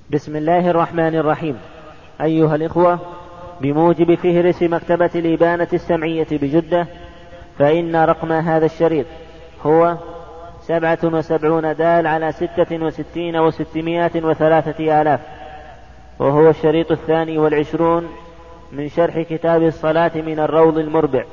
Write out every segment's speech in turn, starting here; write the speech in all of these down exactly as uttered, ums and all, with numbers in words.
بسم الله الرحمن الرحيم. أيها الإخوة، بموجب فهرس مكتبة الإبانة السمعية بجدة، فإن رقم هذا الشريط هو سبعة وسبعون دال على ستة وستين وستمائة وثلاثة آلاف، وهو الشريط الثاني والعشرون من شرح كتاب الصلاة من الروض المربع.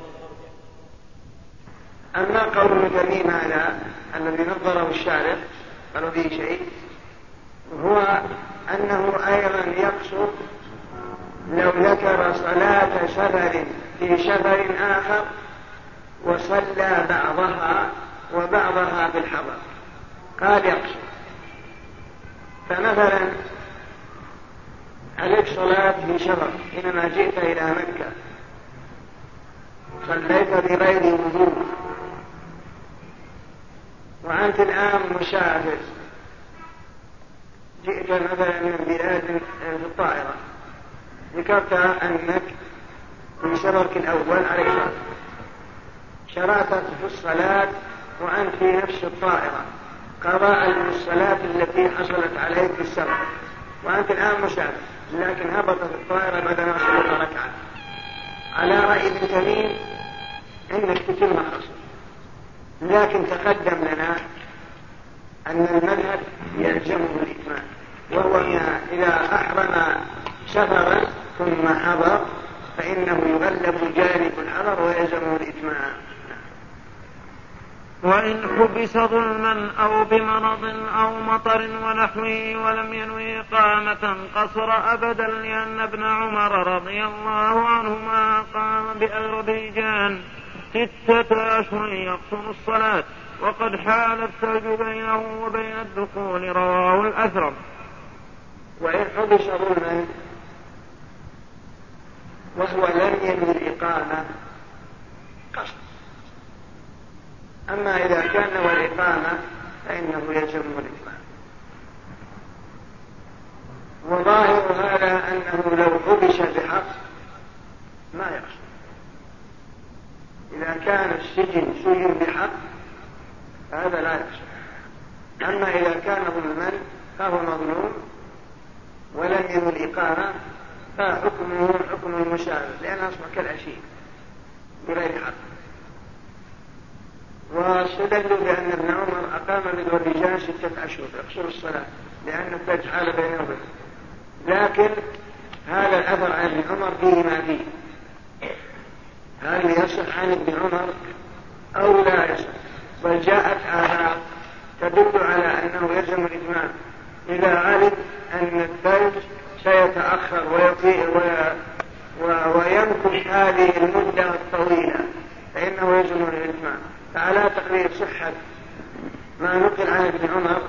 أما قول تميم هذا الذي نظره الشارح قالوا فيه شيء، هو أنه أيضا يقصد لو ذكر صلاة سفر في سفر آخر وصلى بعضها وبعضها بالحضر، قال يقصد. فمثلا عليك صلاة في سفر، حينما جئت إلى مكة صليت بغير وضوء، وأنت الآن مسافر، جئت مثلا من بلاد في الطائرة، ذكرت أنك في سفرك الأول عليك صلاة، شرعت في الصلاة وأنت في نفس الطائرة قضاء للصلاة التي حصلت عليك في السفر، وأنت الآن مسافر لكن هبطت الطائرة بعد ما صلت ركعة، على رأي ابن تميم إنك تتم حصل. لكن تقدم لنا أن المذهب يلزمه الإتمام، وهو إذا أحرم سفرا ثم حضر فإنه يغلب جانب الحضر ويلزمه الإتمام. وإن حبس ظلما أو بمرض أو مطر ونحوه ولم ينوي إقامة قصر أبدا، لأن ابن عمر رضي الله عنهما قام بأذربيجان ستة أشهر يقصر الصلاة وقد حال الثلج بينه وبين الدخول، رواه الأثرم. وإن حبس ظلما وهو لم ينوي الإقامة قصر، أما إذا كان نوى الإقامة فإنه يلزمه الإتمام. وظاهر هذا أنه لو حبس بحق ما يقصر، إذا كان السجن سجن بحق هذا لا يقصر. أما إذا كان ظلما فهو مظلوم ولم ينوي الإقامة فحكمه حكم المسافر، لأنه أصبح كالأسير بغير حق. واستدلوا بأن ابن عمر أقام بالرجال ستة أشهر يقصر الصلاة لأن الثلج حال بينه وبينه، لكن هذا الأثر عن ابن عمر فيه ما فيه، هل يصح عن ابن عمر أو لا يصح؟ بل جاءت آثار تدل على أنه يلزم الإتمام إذا علم أن الثلج سيتأخر ويمكث هذه المدة الطويلة فإنه يلزم الإتمام. فعلى تقرير صحة ما نقل عن ابن عمر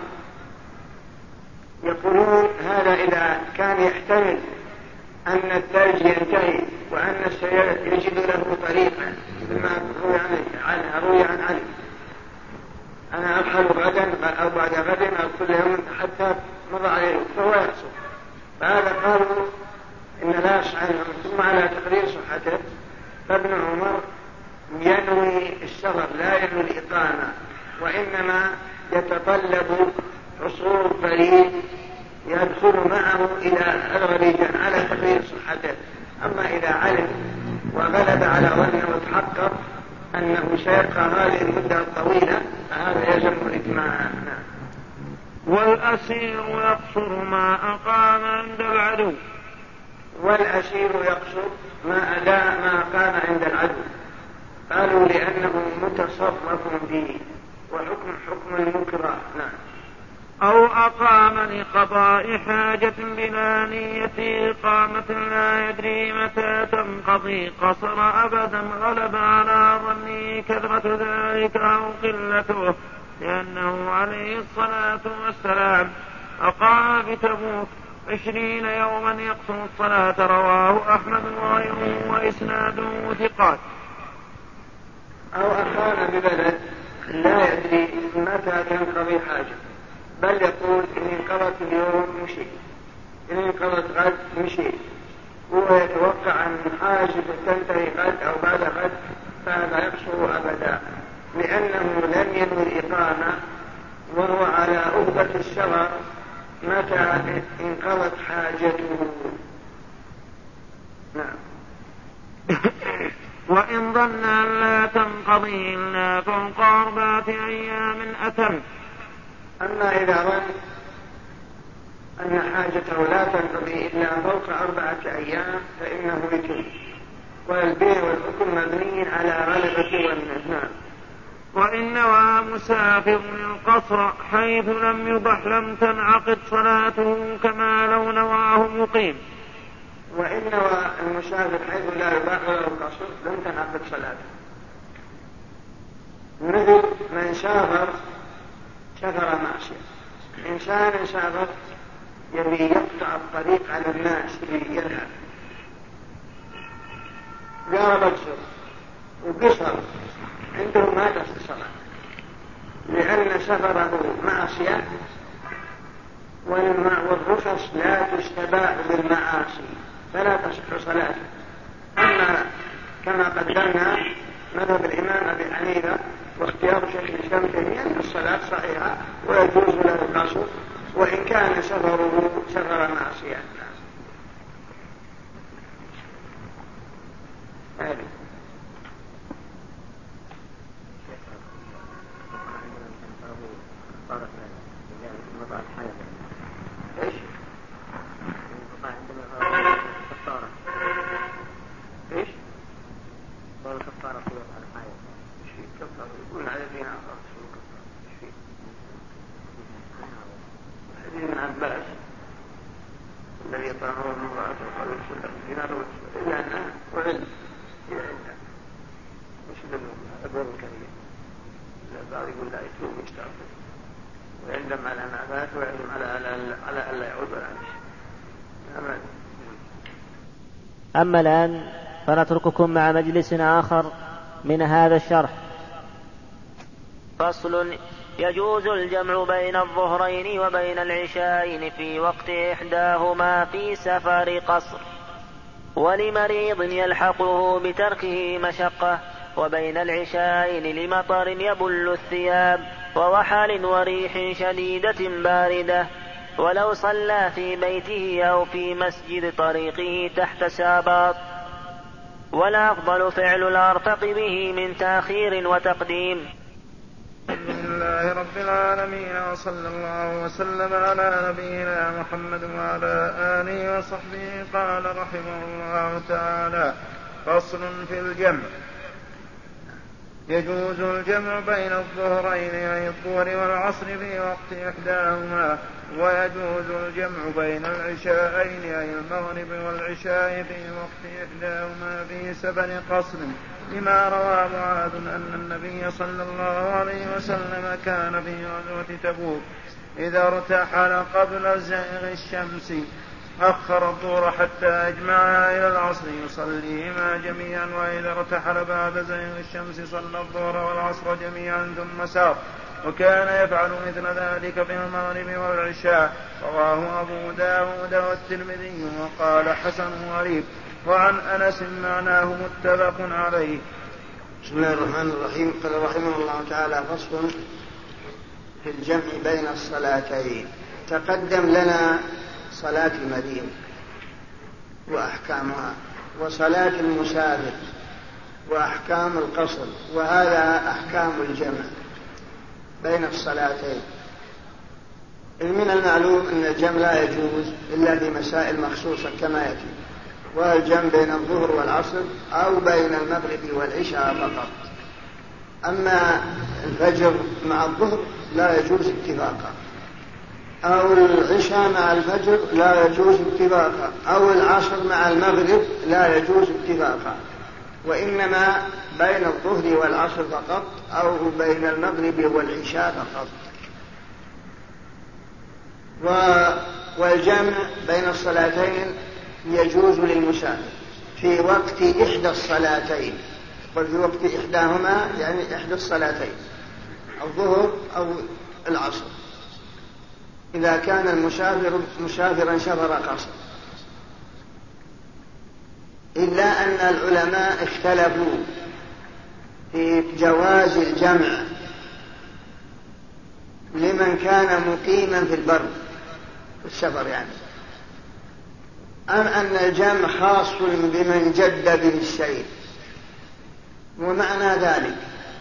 يقولون هذا إذا كان يحتمل أن الثلج ينتهي وأن السيارة يجد له طريقا، بما روي عنه روي عن علي أنا أرحل غدا أو بعد غد أو كل يوم حتى مضى عليه فهو يحصل. فهذا قالوا إن لا يصح عنه. ثم على تقرير صحته فابن عمر ينوي السفر لا ينوي الإقامة، وإنما يتطلب حصول طريق يدخل معه إلى أذربيجان على تقرير صحته. أما إذا علم وغلب على ظنه وتحقق أنه سيبقى هذه المدة الطويلة فهذا يلزم الإتمام. والأسير يقصر ما أقام عند العدو. والأسير يقصر ما أداء ما أقام عند العدو، قالوا لأنه متصرف فيه وحكم حكم المكره. نعم. أو أقام لقضاء حاجة بلا نية إقامة لا يدري متى تنقضي قصر أبدا، غلب على ظنه كثرة ذلك أو قلته، لأنه عليه الصلاة والسلام أقام بتبوك عشرين يوما يقصر الصلاة، رواه أحمد وغيره وإسناده ثقات. أو أقام ببلد لا يدري متى تنقضي حاجة، بل يقول إن انقضت اليوم مشي، إن انقضت غد مشي، هو يتوقع أن حاجة تنتهي غد أو بعد غد، فهذا يقصر أبدا لأنه لم ينوي الإقامة وهو على أهبة السفر متى انقضت حاجته. نعم. وإن ظن أن لا تنقضي إلا فوق أربعة أيام أتم. أما إذا ظن أن حاجته لا تنقضي إلا فوق أربعة أيام فإنه يتم، والبيع والحكم مبني على غلبة والنهار. وإن نوى مسافر القصر حيث لم يبح لم تنعقد صلاته كما لو نواه مقيم. وإن نوى المسافر حيث لا يباح له القصر لم تنعقد صلاته، مثل من سافر سفر معصية. إنسان سافر يبي يقطع الطريق على الناس يذهب، قارب الجر وقصر، عنده ما تصل صلاة لأن سفره معصية، والرخص لا تستباح بالمعاصي فلا تصح صلاته. أما كما قدمنا مذهب الإمام أبي حنيفة واختيار شيخ الإسلام تيمية أن الصلاة صحيحة ويجوز له القصر وإن كان سفره سفر معصية. هذه ايش؟ ايش؟ قال كفارة في وضع الحائط. ايش في كفارة؟ يقول على فيها آخر شو كفارة؟ ايش في؟ حديث ابن عباس الذي يطعمه المرأة وقال يسلم في نار ويسلم إلا أنها وعلم هي علم يسلم أبواب الكريم. البعض يقول لا يتوب يستغفر ويندم على ما فات ويعلم على على ألا يعود ولا يمشي. أما الآن فنترككم مع مجلس آخر من هذا الشرح. فصل: يجوز الجمع بين الظهرين وبين العشاءين في وقت إحداهما في سفر قصر، ولمريض يلحقه بتركه مشقة، وبين العشاءين لمطر يبل الثياب ووحل وريح شديدة باردة، ولو صلى في بيته أو في مسجد طريقه تحت ساباط. والأفضل فعل الأرفق به من تأخير وتقديم. الحمد لله رب العالمين، وصلى الله وسلم على نبينا محمد وعلى آله وصحبه. قال رحمه الله تعالى: فصل في الجمع. يجوز الجمع بين الظهرين أي الظهر والعصر في وقت إحداهما، ويجوز الجمع بين العشاءين أي المغرب والعشاء في وقت إحداهما في سفر قصر، لما روى معاذ أن النبي صلى الله عليه وسلم كان في غزوة تبوك إذا ارتحل قبل زيغ الشمس أخر الظهر حتى أجمعها إلى العصر يصليهما جميعا، وإذا ارتحل بعد زيغ الشمس صلى الظهر والعصر جميعا ثم سار، وكان يفعل مثل ذلك في المغرب والعشاء. رواه أبو داود والترمذي وقال حسن غريب. وعن أنس معناه متفق عليه. بسم الله الرحمن الرحيم. قال رحمه الله تعالى: فصل في الجمع بين الصلاتين. تقدم لنا صلاة المدينة وأحكامها، وصلاة المسافر وأحكام القصر، وهذا أحكام الجمع بين الصلاتين. من المعلوم أن الجمع لا يجوز إلا في مسائل مخصوصة كما يأتي، والجمع بين الظهر والعصر أو بين المغرب والعشاء فقط. أما الفجر مع الظهر لا يجوز اتفاقا، أو العشاء مع الفجر لا يجوز اتفاقا، أو العصر مع المغرب لا يجوز اتفاقا، وإنما بين الظهر والعصر فقط أو بين المغرب والعشاء فقط. والجمع بين الصلاتين يجوز للمسافر في وقت إحدى الصلاتين، وفي وقت إحداهما يعني إحدى الصلاتين الظهر أو العصر، إذا كان المسافر مسافرا سفر قصر. إلا أن العلماء اختلفوا في جواز الجمع لمن كان مقيما في البر، السفر يعني، أم أن الجمع خاص بمن جد به السير؟ ومعنى ذلك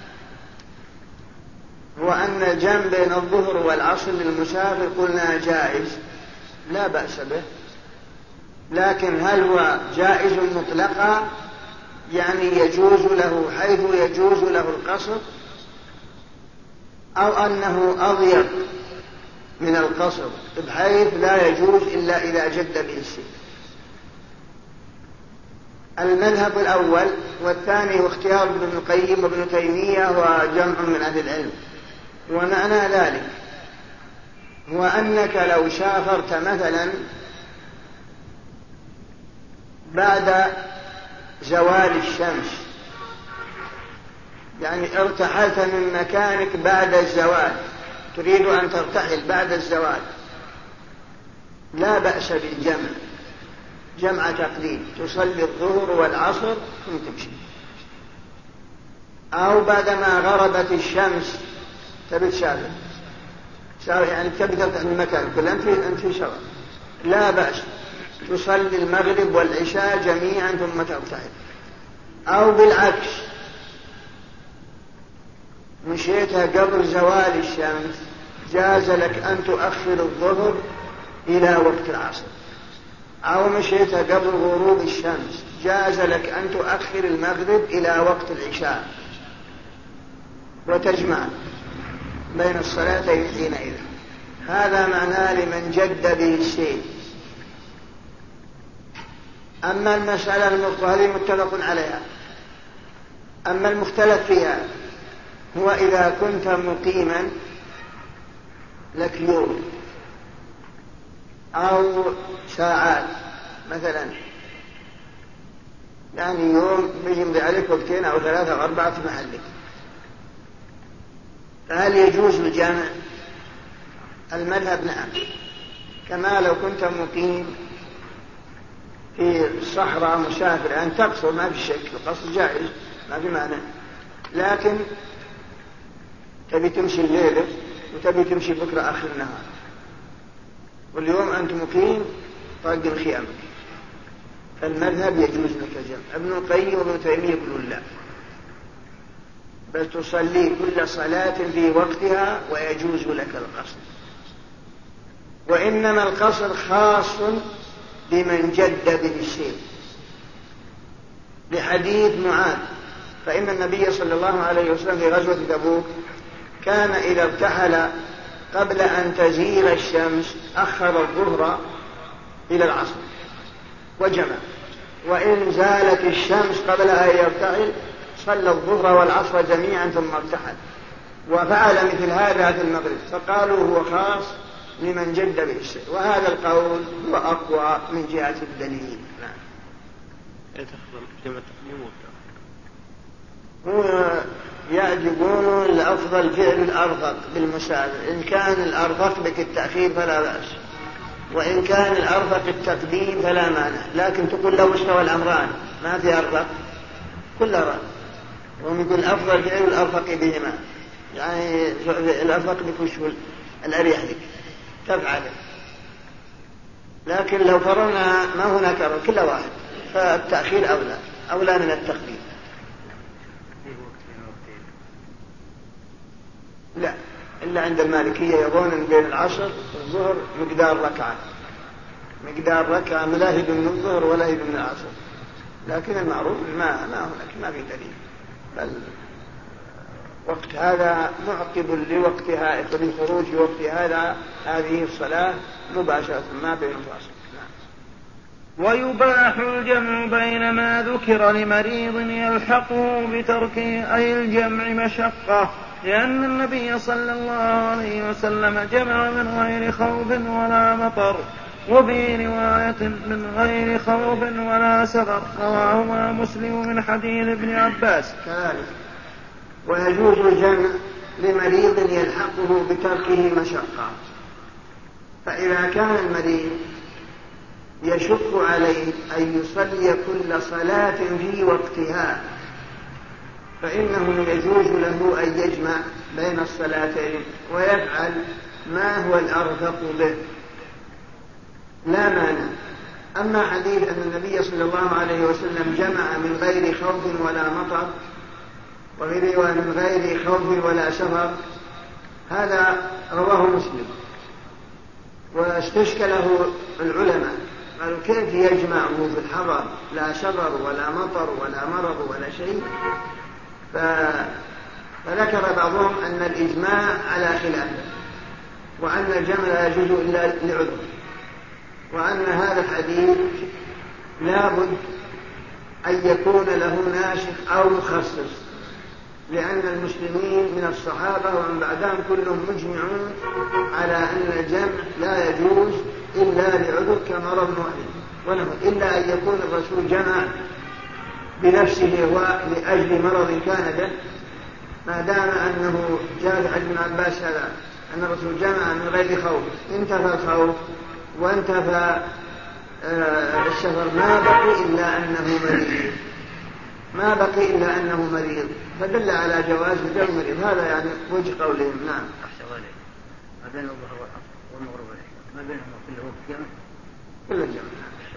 هو أن الجمع بين الظهر والعصر للمسافر قلنا جائز لا بأس به، لكن هل هو جائز مطلقا يعني يجوز له حيث يجوز له القصر، أو أنه أضيق من القصر بحيث لا يجوز إلا إذا جد به السير؟ المذهب الأول والثاني واختيار ابن القيم وابن تيمية وجمع من أهل العلم. ومعنى ذلك هو أنك لو سافرت مثلا بعد زوال الشمس، يعني ارتحلت من مكانك بعد الزوال، تريد أن ترتحل بعد الزوال، لا بأس بالجمع، جمع تقليد، تصلي الظهر والعصر ثم تمشي. أو بعدما غربت الشمس تبي تسافر، يعني تبي ترتحل من مكانك، كل أنت أنت في سفر، لا بأس، تصلي المغرب والعشاء جميعا ثم ترتحل. أو بالعكس مشيتها قبل زوال الشمس، جاز لك أن تؤخر الظهر إلى وقت العصر. أو مشيتها قبل غروب الشمس، جاز لك أن تؤخر المغرب إلى وقت العشاء وتجمع بين الصلاتين حينئذ. هذا معناه لمن جد به السير. أما المسألة هذه متفق عليها. أما المختلف فيها هو إذا كنت مقيما لك يوم أو ساعات مثلا، يعني يوم بيجي عليك وقتين أو ثلاثة أو أربعة في محلك، فهل يجوز الجمع؟ المذهب نعم، كما لو كنت مقيم في الصحراء مسافر، يعني تقصر ما في شك، القصر جائز ما في معنى، لكن تبي تمشي الليلة وتبي تمشي بكرة آخر النهار، واليوم أنت مقيم طاقم خيامك، فالمذهب يجوز لك الجمع. ابن القيم وابن تيمية يقولون لا، بل تصلي كل صلاة في وقتها ويجوز لك القصر. وإنما القصر خاص بمن جد به السير، لحديث معاذ، فإن النبي صلى الله عليه وسلم في غزوة تبوك كان إذا ارتحل قبل أن تزيل الشمس أخر الظهر إلى العصر وجمع، وإن زالت الشمس قبل أن يرتحل صلى الظهر والعصر جميعا ثم ارتحل، وفعل مثل هذا في المغرب، فقالوا هو خاص لمن جد به السير. وهذا القول هو أقوى من جهة الدليل. نعم. هو يعجبون الأفضل فعل الأرفق بالمسافر، إن كان الأرفق بك التأخير فلا بأس، وإن كان الأرفق التقديم فلا مانع، لكن تقول لو استوى الأمران ما في أرفق كل رأي، وهم يقول الأفضل فعل الأرفق بهما، يعني الأرفق بك وش الأريح لك تفعله، لكن لو فرنا ما هناك أرفق كل واحد، فالتأخير أولى أولى من التقديم. لا، إلا عند المالكية يظن بين العصر والظهر مقدار ركعة، مقدار ركعة لا هي من الظهر ولا هي من العصر، لكن المعروف ما ما هناك ما في دليل، بل وقت هذا معقب لوقتها، لخروج وقت هذا هذه الصلاة مباشرة ما بين الفاصل. ويباح الجمع بين ما ذكر لمريض يلحقه بتركه أي الجمع مشقة، لأن النبي صلى الله عليه وسلم جمع من غير خوف ولا مطر، وفي رواية من غير خوف ولا سفر، رواهما مسلم من حديث ابن عباس. كذلك ويجوز الجمع لمريض يلحقه بتركه مشقة، فإذا كان المريض يشق عليه أن يصلي كل صلاة في وقتها فإنه يجوز له أن يجمع بين الصلاتين ويفعل ما هو الأرفق به، لا مانع. أما حديث أن النبي صلى الله عليه وسلم جمع من غير خوف ولا مطر وغير من غير خوف ولا سفر، هذا رواه مسلم واستشكله العلماء، قالوا كيف يجمعه في الحضر لا سفر ولا مطر ولا مرض ولا شيء؟ فذكر بعضهم أن الإجماع على خلافه، وأن الجمع لا يجوز إلا لعذر، وأن هذا الحديث لابد أن يكون له ناسخ أو مخصص، لأن المسلمين من الصحابة ومن بعدهم كلهم مجمعون على أن الجمع لا يجوز إلا لعذر كمرض ونحو، إلا أن يكون الرسول جمع بنفسه ولأجل مرض كان به، ما دام أنه جاء في حديث ابن عباس هذا أن الرسول جمع من غير خوف، انتفى الخوف وانتفى آه السفر، ما بقي إلا أنه مريض، ما بقي إلا أنه مريض، فدل على جواز الجمع مريض. هذا يعني وجه قولهم. نعم. ما بين الظهر والمغرب ما بينهم كله جمع، كله جمع.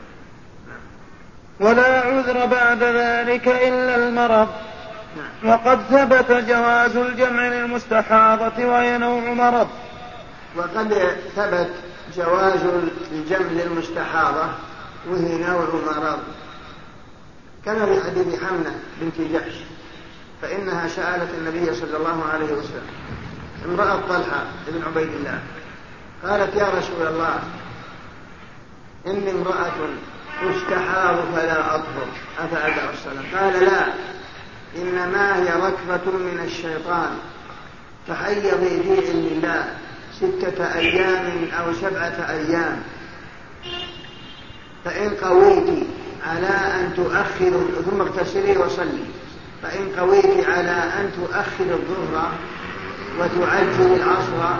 ولا عذر بعد ذلك إلا المرض. نعم. وقد ثبت جواز الجمع للمستحاضة وهي نوع مرض. وقد ثبت جواز الجمع للمستحاضة وهي نوع مرض، كما في حديث حمنة بنت جحش، فإنها سألت النبي صلى الله عليه وسلم امرأة طلحة بن عبيد الله، قالت يا رسول الله إني امرأة استحاض فلا أطهر أفأدع الصلاة؟ قال لا، إنما هي ركبة من الشيطان، تحيضي في علم الله ستة أيام أو سبعة أيام، فإن قويت على أن تؤخر ثم اغتسلي وصلي، فإن قويت على أن تؤخر الظهر وتعجل العصر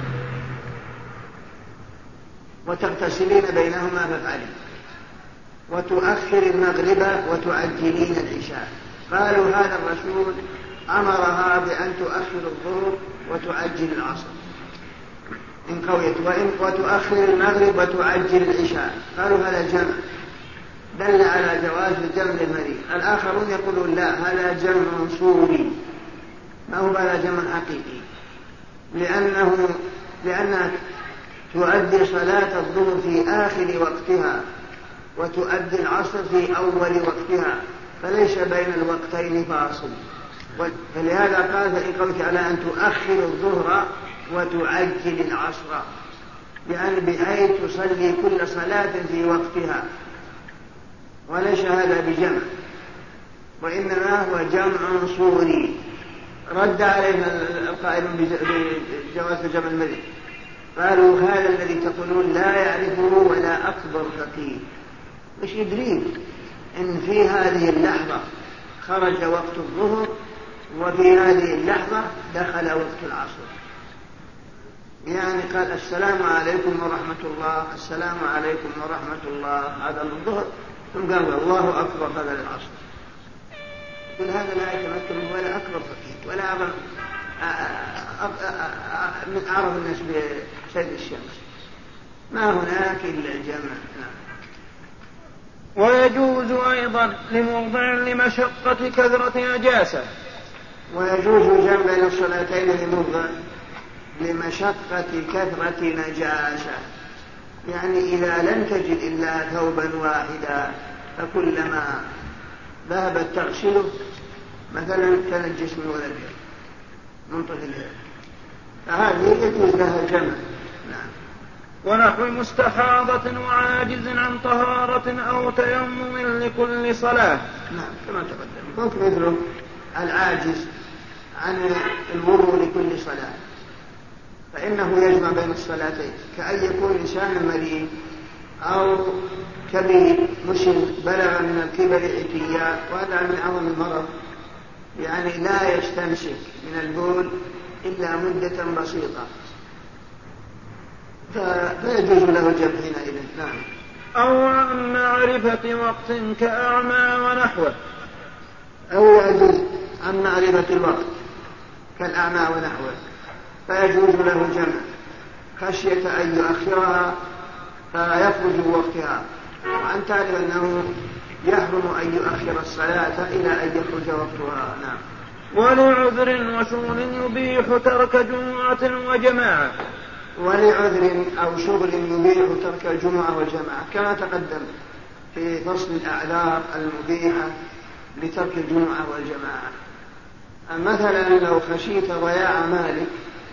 وتغتسلين بينهما فافعلي، وتؤخر المغرب وتعجلين العشاء. قالوا هذا الرسول أمرها بأن تؤخر الظهر وتعجل العصر إن قويت، وإن وتؤخر المغرب وتعجل العشاء. قالوا هذا جمع، دل على جواز الجمع للمريض. الآخرون يقولون لا، هذا جمع صوري، ما هو هذا جمع حقيقي، لأنه لأنها تؤدي صلاة الظهر في آخر وقتها وتؤدي العصر في أول وقتها، فليس بين الوقتين فاصل. فلهذا قال فإن قلت على أن تؤخر الظهر وتعجل العصر، يعني بحيث تصلي كل صلاة في وقتها، وليس هذا بجمع، وإنما هو جمع صوري. رد علينا القائلون بجواز جمع المريض، قالوا هذا الذي تقولون لا يعرفه ولا أكبر فقيه، مش يدرين إن في هذه اللحظة خرج وقت الظهر وفي هذه اللحظة دخل وقت العصر، يعني قال السلام عليكم ورحمة الله، السلام عليكم ورحمة الله، هذا الظهر، ثم قال الله أكبر هذا للعصر. كل هذا لا يتمكن ولا أكبر فقيه ولا أعظم من أعرف الناس بسيد الشمس، ما هناك إلا الجمع. ويجوز أيضا لموضع لمشقة كثرة نجاسة. ويجوز الجمع بين الصلاتين لموضع لمشقة كثرة نجاسة، يعني إذا لم تجد إلا ثوبا واحدا فكلما ذهبت تغسله مثلا تنجس من ولدها منطلقها، فهذه يجوز لها الجمع. نعم. ونحو مستحاضة وعاجز عن طهارة أو تيمم لكل صلاة. نعم كما تقدم. ممكن مثله العاجز عن الوضوء لكل صلاة، فإنه يجمع بين الصلاتين، كأن يكون إنسان مريض أو كبير مسن بلغ من الكبر عتيا، وهذا من أعظم المرض، يعني لا يستمسك من البول إلا مدة بسيطة، فيجوز له الجمع حينئذ. نعم. أو عن معرفة وقت كأعمى ونحوه. أو يجوز عن معرفة الوقت كالأعمى ونحوه، فيجوز له الجمع خشية أن يؤخرها فيخرج وقتها، وأن تعلم أنه يحرم أن يؤخر الصلاة إلى أن يخرج وقتها. نعم. ولعذر وشغل يبيح ترك جمعة وجماعة. ولعذر أو شغل يبيح ترك الجمعة والجماعة كما تقدم في فصل الأعذار المبيحة لترك الجمعة والجماعة. مثلا لو خشيت ضياع مالك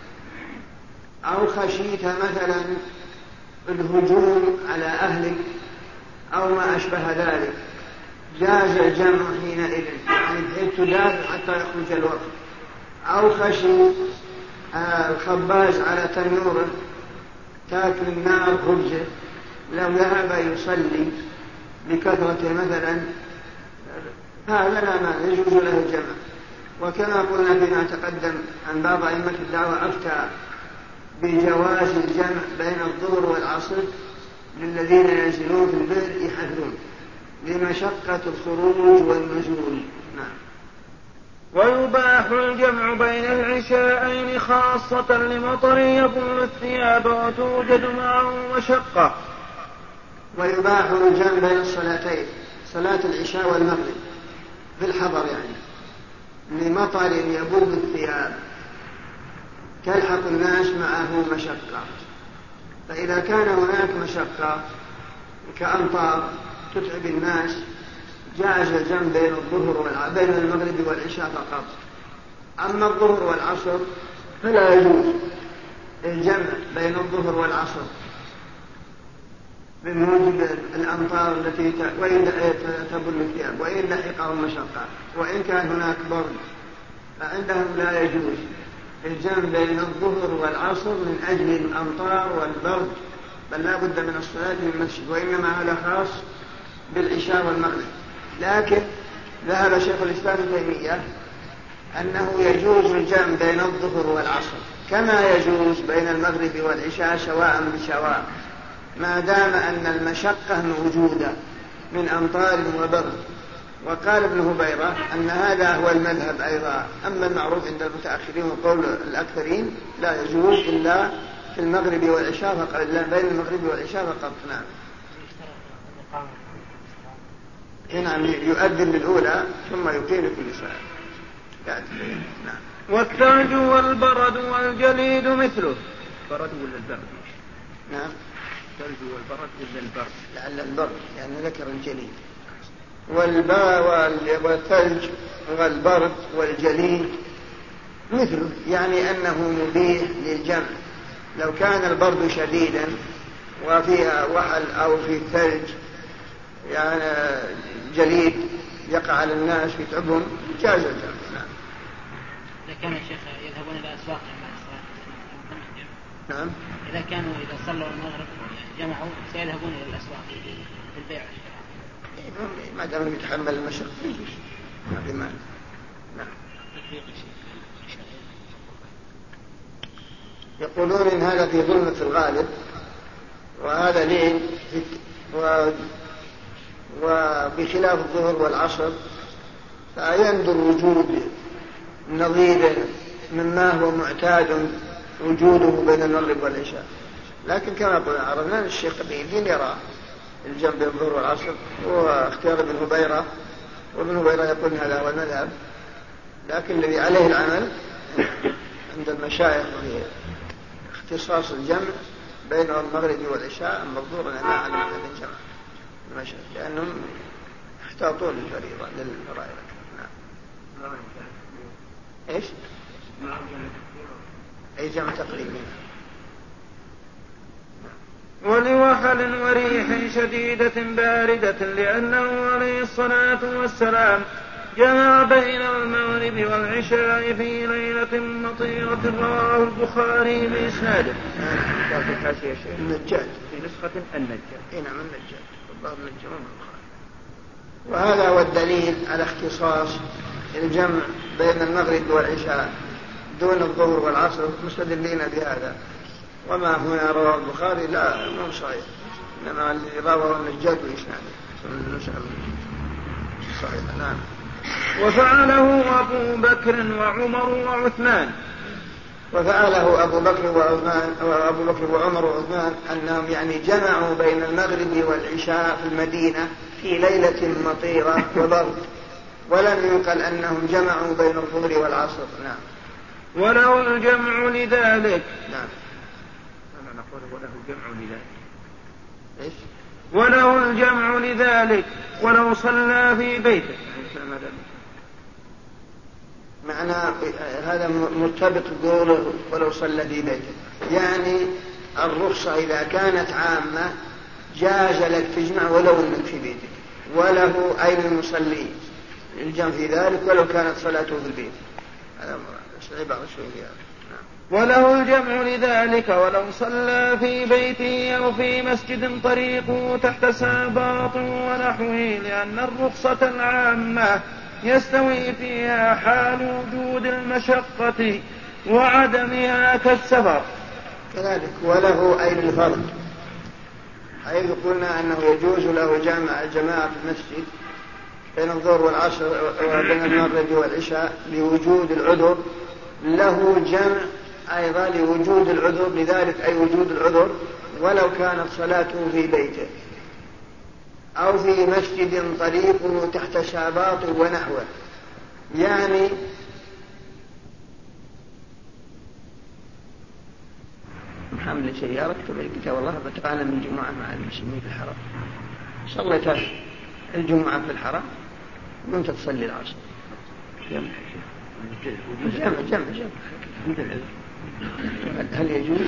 أو خشيت مثلا الهجوم على أهلك أو ما أشبه ذلك جاز الجمع حينئذ، يعني بحيث تدافع حتى يخرج الوقت. أو خشي الخباز على تنوره تاكل النار خبزه لو ذهب يصلي بكثرة مثلا، هذا لا مانع يجوز له الجمع. وكما قلنا فيما تقدم عن بعض أئمة الدعوة أفتى بجواز الجمع بين الظهر والعصر للذين ينزلون في البئر يحذرون لمشقة الخروج والنزول. نعم. ويباح الجمع بين العشاءين خاصة لمطر يبل الثياب وتوجد معه مشقة. ويباح الجمع بين الصلاتين، صلاة العشاء والمغرب بالحضر، يعني لمطر يبل الثياب تلحق الناس معه مشقة. فإذا كان هناك مشقة كأمطار تتعب الناس جاز الجمع بين الظهر والعصر بين المغرب والعشاء فقط. أما الظهر والعصر فلا يجوز الجمع بين الظهر والعصر بموجب الأمطار التي وإن تبل الثياب وإن لحقهم مشقة وإن كان هناك برد، فعندهم لا يجوز الجمع بين الظهر والعصر من أجل الأمطار والبرد، بل لا بد من الصلاة في المسجد، وإنما هذا خاص بالعشاء والمغرب. لكن ذهب شيخ الإسلام ابن تيمية أنه يجوز الجمع بين الظهر والعصر كما يجوز بين المغرب والعشاء سواء بسواء، ما دام أن المشقة موجودة من أمطار وبرد. وقال ابن هبيرة أن هذا هو المذهب أيضا. أما المعروف عند المتأخرين وقول الأكثرين لا يجوز إلا في المغرب والعشاء فقط، بين المغرب والعشاء فقط. نعم. نعم، يؤذن للأولى ثم يقيم كل صلاة. نعم. والثلج والبرد والجليد مثله. برد ولا البرد؟ نعم. الثلج والبرد ولا البرد؟ لعل البرد يعني ذكر الجليد. والثلج والبرد والجليد مثله، يعني أنه مبيح للجمع. لو كان البرد شديدا وفيها وحل أو في ثلج يعني جليد يقع على الناس يتعبهم جاز الجمع. نعم. إذا كان الشيخ يذهبون إلى الأسواق نعم. إذا كانوا إذا صلوا المغرب جمعوا سيذهبون إلى الأسواق للبيع ما دام يتحمل المشقة يجوز ما في مانع. نعم. يقولون إن هذا في ظلمة في الغالب وهذا ليل و... وبخلاف الظهر والعصر فيندر وجود نظير مما هو معتاد وجوده بين المغرب والعشاء. لكن كما قلنا عرفنا الشيخ ابن الدين يرى الجمع بين الظهر والعصر واختيار ابن هبيرة، وابن هبيرة يقول هذا هو المذهب، لكن الذي عليه العمل عند المشايخ في اختصاص الجمع بين المغرب والعشاء. أما الظهر أنا ما أعلم أن الجمع المشايخ لأنهم احتاطون للفريضة للفرائض. نعم. ايش؟ اي جمع تقريبا. ولوحل وريح شديدة باردة لأنه عليه الصلاة والسلام جمع بين المغرب والعشاء في ليلة مطيرة. رواه البخاري بإسناده. النجاد في نسخة النجاد. نعم النجاد والله النجاد. وهذا هو الدليل على اختصاص الجمع بين المغرب والعشاء دون الظهر والعصر، مستدلين بهذا. وما هنا رواه البخاري لا مو صحيح، إنما الذي رواه النجاد بإسناده صحيح. نعم. وفعله أبو بكر وعمر وعثمان. وفعله أبو بكر وعثمان وأبو بكر وعمر وعثمان أنهم يعني جمعوا بين المغرب والعشاء في المدينة في ليلة مطيرة وبرد، ولم ينقل أنهم جمعوا بين الظهر والعصر. نعم. وله الجمع لذلك. نعم. أنا نقول وله الجمع لذلك. إيش؟ وله الجمع لذلك ولو صلى في بيته. معنى هذا مرتبط قوله ولو صلى في بيته، يعني الرخصة إذا كانت عامة جاز لك تجمع ولو أنك في بيتك، وله أي المصلي الجمع في ذلك ولو كانت صلاته في البيت. هذا عبارة شوي فيها. وله الجمع لذلك ولو صلى في بيته أو في مسجد طريقه تحت ساباط ونحوه، لأن الرخصة العامة يستوي فيها حال وجود المشقة وعدمها كالسفر. كذلك وله أي الفرد، حيث قلنا أنه يجوز له جمع الجماعة في المسجد بين الظهر والعصر وبين المغرب والعشاء لوجود العذر، له جمع أيضا لوجود العذر، لذلك أي وجود العذر ولو كانت صلاته في بيته أو في مسجد طريقه تحت شاباط ونحوه. يعني محمد سيارة قلت والله بتقانا من جمعة مع المسلمين في الحرم، صليت الجمعة في الحرم قمت تصلي العصر. جمع جمع جمع جمع. هل يجوز؟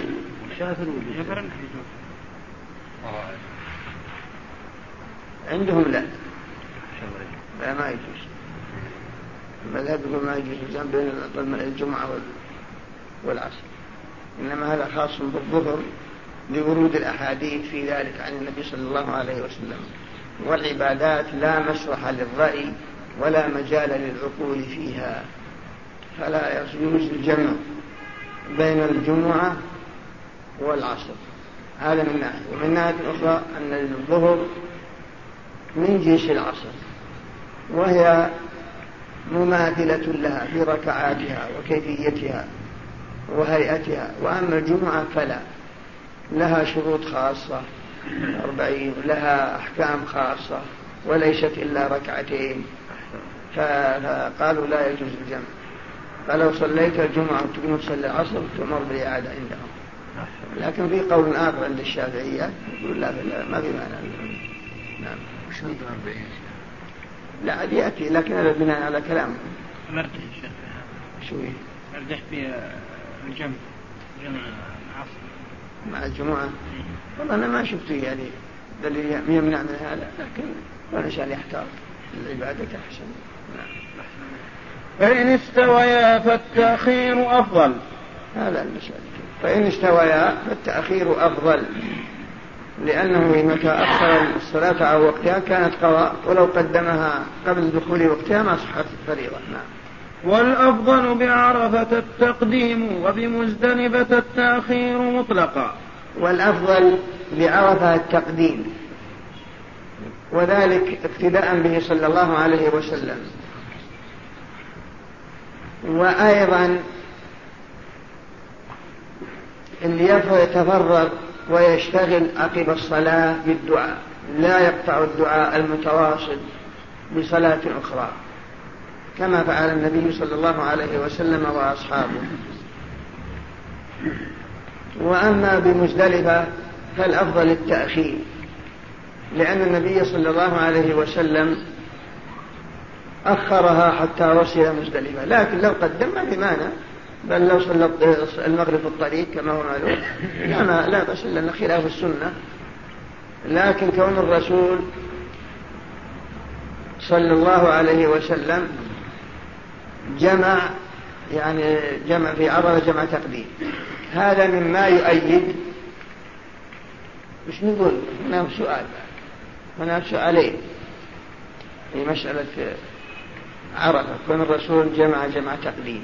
عندهم لا لا ما يجوز، المذهب يقول ما يجوز الجمع بين الجمعة والعصر، إنما هذا خاص بالظهر لورود الأحاديث في ذلك عن النبي صلى الله عليه وسلم. والعبادات لا مسرح للرأي ولا مجال للعقول فيها، فلا يجوز الجمع بين الجمعة والعصر. هذا من ناحية، ومن ناحية أخرى أن الظهر من جنس العصر وهي مماثلة لها في ركعاتها وكيفيتها وهيئتها، وأما الجمعة فلا، لها شروط خاصة أربعين، لها أحكام خاصة وليست إلا ركعتين، فقالوا لا يجوز الجمع. فلو صليت الجمعة وتقوم تصلي العصر تؤمر بالإعادة عندهم. لكن في قول آخر عند الشافعية يقول لا ما في معنى. نعم. لا عاد يأتي، لكن هذا بناء على كلام مرجح الشيخ. شو هي؟ مرجح في الجمع جمع العصر مع الجمعة. والله أنا ما شفت يعني دليل يمنع من هذا، لكن ولا شأن يحتاط العبادة أحسن. نعم. فإن استويا فالتأخير أفضل. هذا المسألة. فإن استويا فالتأخير أفضل، لأنه متى أخر الصلاة على وقتها كانت قضاء، ولو قدمها قبل دخول وقتها ما صحت الفريضة. نعم. والأفضل بعرفة التقديم وبمزدلفة التأخير مطلقا. والأفضل بعرفة التقديم، وذلك اقتداء به صلى الله عليه وسلم. وأيضا اللي يتفرغ ويشتغل عقب الصلاة بالدعاء لا يقطع الدعاء المتواصل بصلاة أخرى، كما فعل النبي صلى الله عليه وسلم وأصحابه. وأما بمزدلفة فالأفضل التأخير، لأن النبي صلى الله عليه وسلم أخرها حتى وصل مزدلفة، لكن لو قدمها بمعنى، بل لو صلى المغرب في الطريق كما هو معلوم لا, لا بس لأن خلاف السنة. لكن كون الرسول صلى الله عليه وسلم جمع يعني جمع في عرض جمع تقديم، هذا مما يؤيد. مش نقول هنا سؤال، هنا سؤالين في مسألة عرفة، كون الرسول جمع جمع تقديم.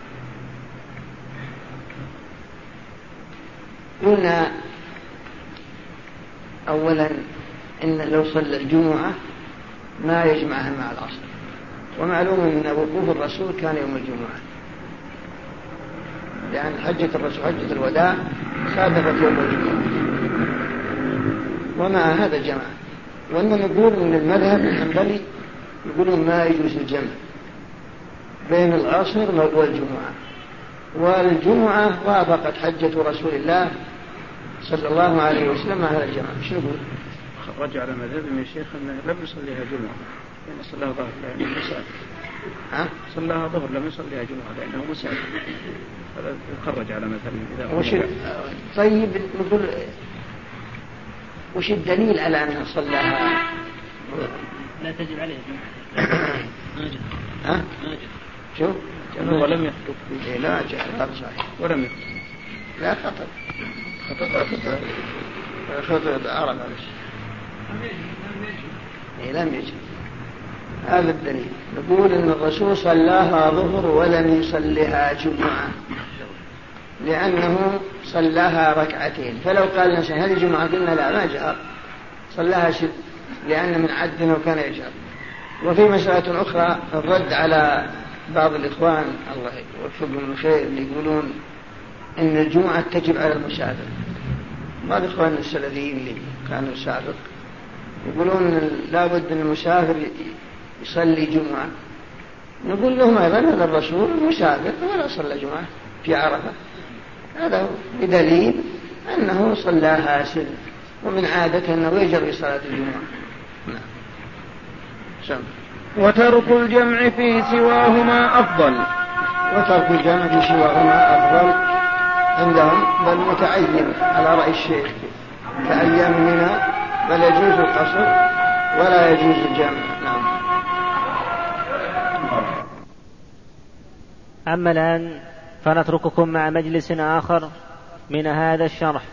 قلنا أولا إن لو صلى الجمعة ما يجمعها مع العصر، ومعلوم أن وقوف الرسول كان يوم الجمعة، لأن حجة الرسول حجة الوداع صادفت يوم الجمعة، ومع هذا الجمع. وأننا نقول أن المذهب الحنبلي يقولون ما يجوز الجمع بين العصر والجمعة، والجمعة وافقت حجة رسول الله صلى الله عليه وسلم على الجمع. شو نقول؟ رجع على مذهبهم يا شيخ أنه لم يصليها جمعة لأنه صلاها ظهر لأنه مسافر. ها؟ صلاها ظهر لم يصليها جمعة لأنه مسافر. هذا يخرج على مذهبهم إذا وش... طيب نقول وش الدليل على أنه صلاها؟ لا تجب عليه الجمعة. ها؟ شو؟ ولم يخطب إيه لا جاء غير صحيح. ولم يخطب. لا خطب. خطب خطب خطب عرب بس. إيه لم يجب. هذا الدليل. نقول إن الرسول صلاها ظهر ولم يصليها جمعة لأنه صلاها ركعتين، فلو قال الإنسان هذه جمعة قلنا لا ما جاء صلاها شد لأن من عدنا وكان يجهر. وفي مسألة أخرى الرد على بعض الإخوان الله يوفقهم الخير اللي يقولون إن الجمعة تجب على المسافر. بعض إخوان السلفيين اللي كانوا سابق يقولون لا بد أن المسافر يصلي جمعة. نقول لهم أيضا هذا الرسول مسافر ولا صلى جمعة في عرفة، هذا بدليل أنه صلاها سر ومن عادة أنه يجري صلاة الجمعة. نعم. سم. وترك الجمع في سواهما أفضل. وترك الجمع في سواهما أفضل عندهم، بل متعين على رأي الشيخ كأيام منى، بل يجوز القصر ولا يجوز الجمع. نعم. أما الآن فنترككم مع مجلس آخر من هذا الشرح.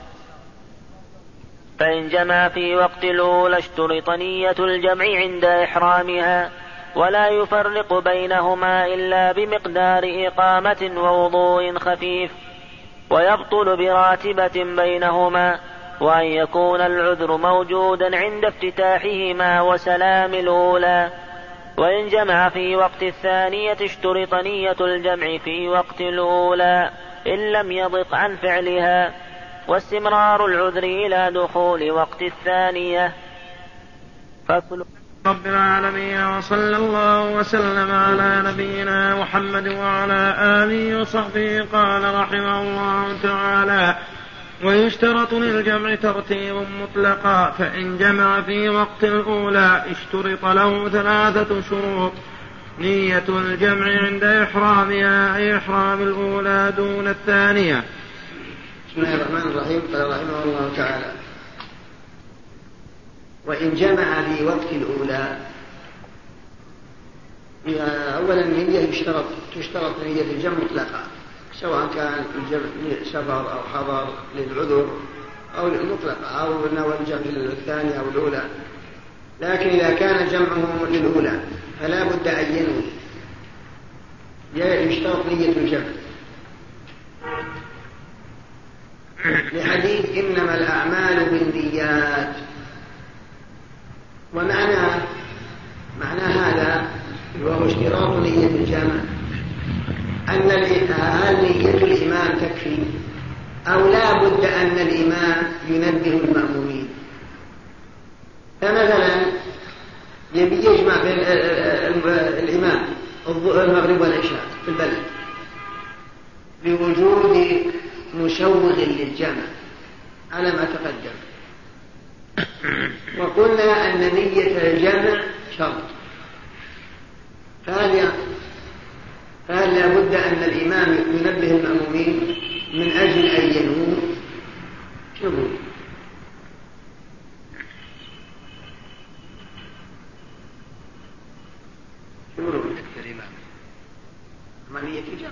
فإن جمع في وقت الأولى اشترط نية الجمع عند إحرامها، ولا يفرق بينهما إلا بمقدار إقامة ووضوء خفيف، ويبطل براتبة بينهما، وأن يكون العذر موجودا عند افتتاحهما وسلام الأولى. وإن جمع في وقت الثانية اشترط نية الجمع في وقت الأولى إن لم يضق عن فعلها، واستمرار العذر إلى دخول وقت الثانية. فصل. رب العالمين، وصلى الله وسلم على نبينا محمد وعلى آله وصحبه. قال رحمه الله تعالى: ويشترط للجمع ترتيب مطلقا، فإن جمع في وقت الأولى اشترط له ثلاثة شروط: نية الجمع عند إحرامها أي إحرام الأولى دون الثانية. بسم الله الرحمن الرحيم. قال رحمه الله تعالى: وإن جمع في وقت الأولى، أولا النية يشترط تشترط نية الجمع مطلقا، سواء كان الجمع سفر أو حضر للعذر أو مطلقا أو نوى الجمع للثانية أو الأولى. لكن إذا كان جمعه للأولى فلا بد أن ينوي، يشترط نية الجمع لحديث إنما الأعمال بالنيات. ومعنى معنى هذا وهو اشتراط نية الجمع أن هل نية الإمام تكفي أو لا بد أن الإمام ينبه المأمومين. فمثلا يبي يجمع بين الإمام المغرب والعشاء في البلد بوجود مشوغ للجمع على ما تقدم، وقلنا أن نية الجمع شرط، فهل فهل لا بد أن الإمام ينبه المأمومين من أجل أن ينووا؟ شوفوا شوفوا الإمام ما نية الجمع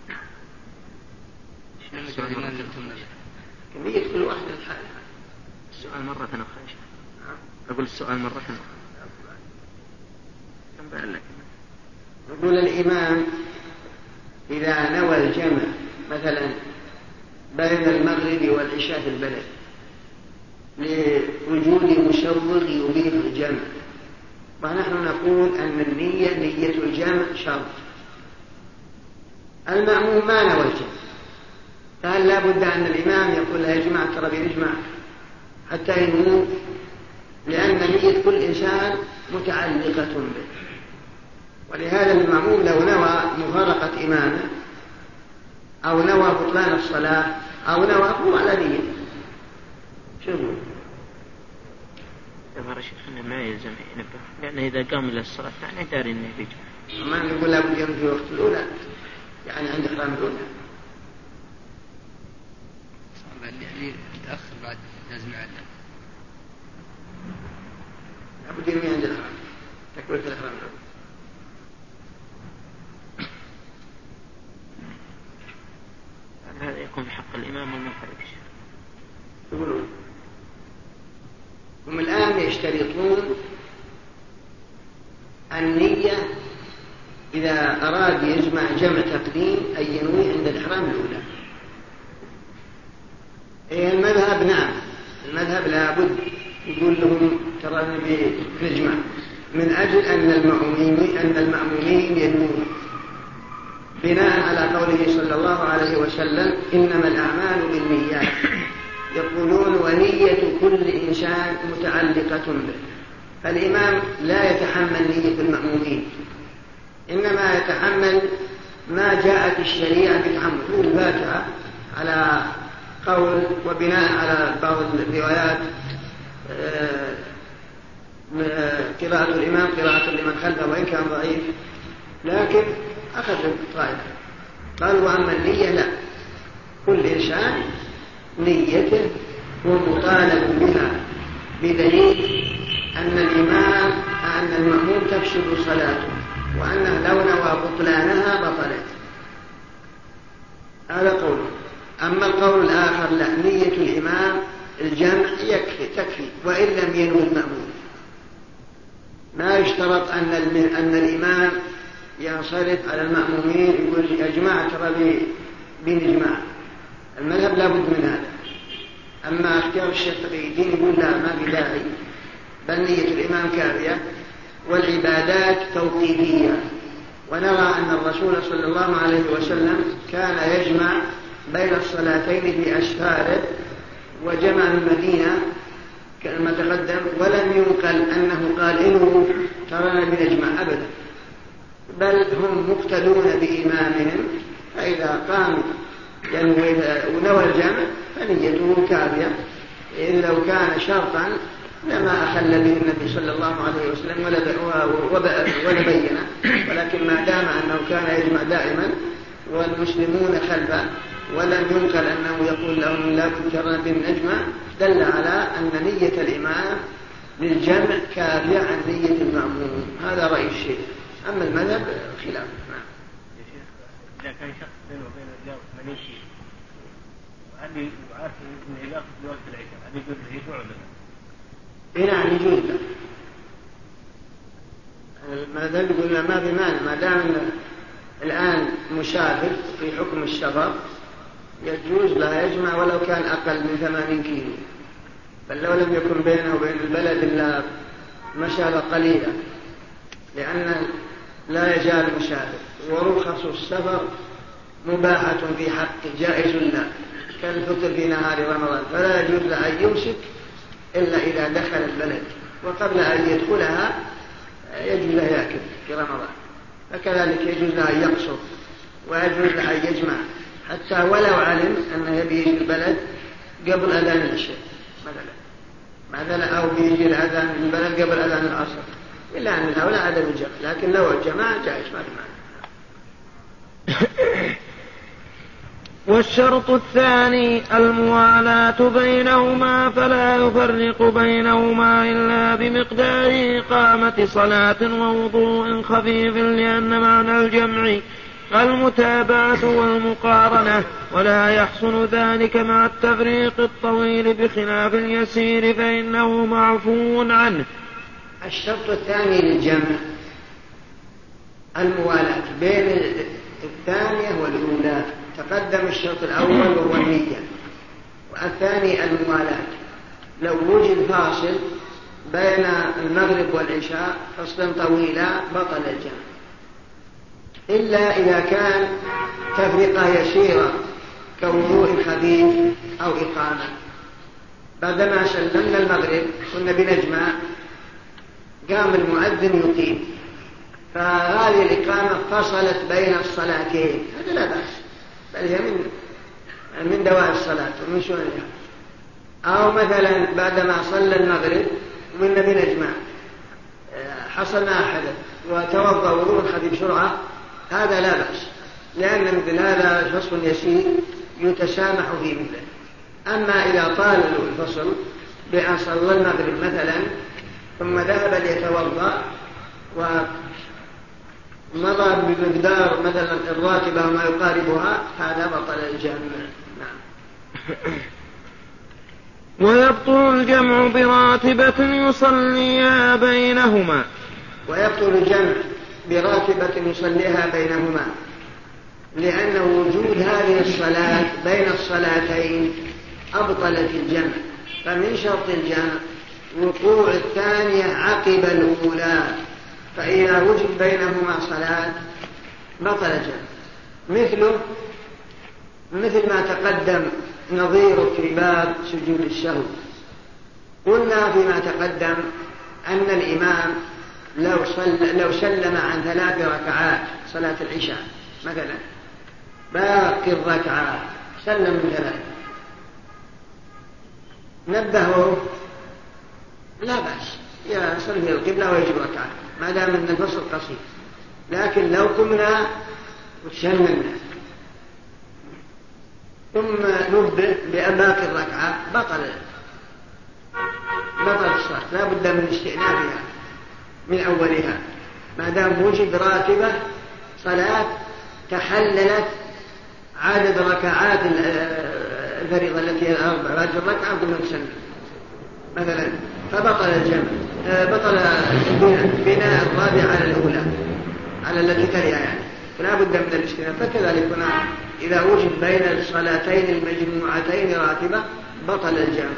كمية كل واحد الحالة. السؤال مرة أخرى. أقول السؤال مرة أخرى. كم بقى لك؟ نقول الإمام إذا نوى الجمع مثلا بين المغرب والعشاء في البلد لوجود مشوغ يبيح الجمع، ونحن نقول أن النية نية الجمع شرط. المأموم ما نوى الجمع فهل لا بد أن الإمام يقول له يا جماعة ترى بنجمع حتى ينمو؟ لأن نية كل إنسان متعلقة به، ولهذا المأموم لو نوى مفارقة إمامه أو نوى بطلان الصلاة أو نوى هو على نية. شوفوا ترى شيخنا ما يلزم ينبه، لأنه إذا قام إلى الصلاة يعني داري إنه بيجمع. ما نقول لابد ينوي في وقت الأولى، يعني عند إحرام الأولى. صعب اللي يتأخر بعد لازم يعلم. لابد ينوي عند الإحرام، تكبيرة الإحرام الأولى. هذا يكون في حق الإمام والمنفرد. يقولون هم الآن يشترطون النية إذا أراد يجمع جمع تقديم أن ينوي عند الإحرام الأولى. إيه المذهب نعم، المذهب لابد يقول لهم ترى بنجمع من أجل أن المأمومين أن المأمومين ينوون بناء على قوله صلى الله عليه وسلم إنما الأعمال بالنيات، يقولون ونية كل إنسان متعلقة به. فالإمام لا يتحمل نية المأمومين، إنما يتحمل ما جاءت الشريعة بتحمل الفاتحة على قول، وبناء على بعض الروايات قراءة الإمام قراءة لمن خلفه وإن كان ضعيف، لكن أخذ الطائفة قالوا وأما النية لا، كل إنسان نيته ومطالب بها، بدليل أن الإمام أن المأموم تفسد صلاته، وأنه لو نوى بطلانها بطلت. هذا قول. أما القول الآخر لا، نية الإمام الجمع يكفي تكفي وإن لم ينوي المأموم. ما يشترط أن أن الإمام ينصرف على المأمومين يقول يا جماعة ترى بنجمع. المذهب لا بد من هذا. أما اختيار الشيخ تقي الدين يقول لا، ما في داعي، بل نية الإمام كافية، والعبادات توقيفية. ونرى أن الرسول صلى الله عليه وسلم كان يجمع بين الصلاتين في أسفاره، وجمع المدينة كما تقدم، ولم ينقل أنه قال إنه ترانا بنجمع أبدا، بل هم مقتدون بإمامهم، فإذا قام ونوى الجمع فنيته كافية. إن لو كان شرطا لما أخل به النبي صلى الله عليه وسلم ولا بينه، ولكن ما دام أنه كان يجمع دائما والمسلمون خلفه ولم ينقل أنه يقول لهم لا تجرى بالنجمع، دل على أن نية الإمام للجمع كافية عن نية المأموم. هذا رأي الشيخ. أما المذهب خلاف. إذا كان شخص بينه وبين الرجال منيشي وهل يعرف أنه يأخذ بوقت العشاء، هل يجوز له يدعو له؟ نعم يجوز له. المذهب يقول ما بمانع، ما دام الآن مسافر في حكم السفر يجوز له يجمع ولو كان أقل من ثمانين كيلو، بل لو لم يكن بينه وبين البلد إلا مسافة قليلة، لأن لا يزال مسافر. ورخص السفر مباحة في حق جائز له، كالفطر في نهار رمضان، فلا يجوز له أن يمسك إلا إذا دخل البلد، وقبل أن يدخلها يجوز له يأكل في رمضان. فكذلك يجوز له أن يقصر، ويجوز له أن يجمع، حتى ولو علم أنه يبي يجي البلد قبل أذان العشاء مثلا مثلا أو بيجي الأذان البلد قبل أذان العصر، إلا أن هؤلاء عدم الجمع، لكن لو الجماعة جائز ما في معنى. والشرط الثاني الموالاة بينهما، فلا يفرق بينهما إلا بمقدار إقامة صلاة ووضوء خفيف، لأن معنى الجمع المتابعة والمقارنة، ولا يحصل ذلك مع التفريق الطويل بخلاف اليسير فإنه معفو عنه. الشرط الثاني للجمع الموالاة بين الثانية والأولى. تقدم الشرط الأول وهو النية، والثاني الموالاة. لو وجد فاصل بين المغرب والعشاء فصلا طويلا بطل الجمع، إلا إذا كان تفرقة يسيرة كوضوء خفيف أو إقامة. بعدما سلمنا المغرب كنا بنجمع، قام المؤذن يقيم، فهذه الإقامة فصلت بين الصلاتين، هذا لا بأس، بل هي من من دواء الصلاة ومن شؤونها. أو مثلا بعدما صلى المغرب ومنا بنجمع حصل حدث وتوضأ وضوء خفيف بسرعة، هذا لا بأس، لأن مثل هذا فصل يسير يتسامح فيه مثله. أما إذا طال الفصل بأن صلى المغرب مثلا ثم ذهب ليتوضأ ومضى بمقدار مثلا الراتبة وما يقاربها، هذا بطل الجمع. نعم. ويبطل الجمع براتبة يصليها بينهما. ويبطل الجمع براتبة يصليها بينهما، لأن وجود هذه الصلاة بين الصلاتين أبطلت الجمع. فمن شرط الجمع وقوع الثانية عقب الأولى، فإذا وجد بينهما صلاة بطل الجمع. مثله مثل ما تقدم نظير في باب سجود السهو. قلنا فيما تقدم أن الإمام لو, لو سلم عن ثلاث ركعات صلاة العشاء مثلا، باقي الركعات سلم من ثلاث، نبهه لا بأس يصلي القبلة ويجب ركعة ما دام أن الفصل قصير. لكن لو قمنا وتسلمنا ثم نبه بأن باقي الركعة بطل بطل الصلاة، لا بد من استئنافها من أولها ما دام وجد راتبة صلاة تحللت عدد ركعات الفريضة التي هي الأربع، بعد الركعة قلنا نسلم مثلا، فبطل الجمع، بطل بناء الرابعة على الأولى على التي تليها يعني، فلا بد من الاستئناف. فكذلك هنا إذا وجد بين الصلاتين المجموعتين راتبة بطل الجمع.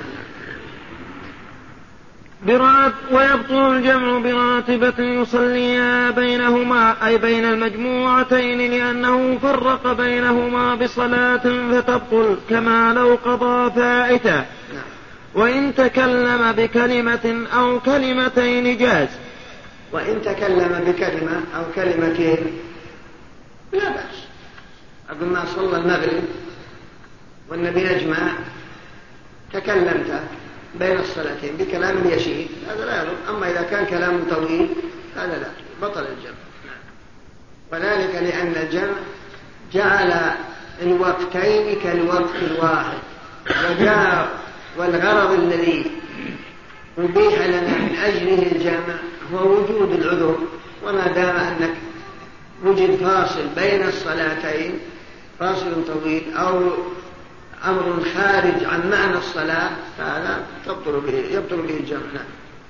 برات ويبطل الجمع براتبة يصليها بينهما أي بين المجموعتين، لأنه فرق بينهما بصلاة فتبطل كما لو قضى فائتا. وإن تكلم بكلمة أو كلمتين جاز. وإن تكلم بكلمة أو كلمتين لا بأس. أقول ما صلى المغرب والنبي نجمع تكلمت بين الصلاتين بكلام يسير هذا لا يضر. أما إذا كان كلام طويل هذا لا، بطل الجمع. وذلك لأن الجمع جعل الوقتين كالوقت الواحد، وجاء والغرض الذي أبيح لنا من أجله الجمع هو وجود العذر. وما دام أنك وجد فاصل بين الصلاتين، فاصل طويل أو أمر خارج عن معنى الصلاة، فهذا تبطل به يبطل به الجمع.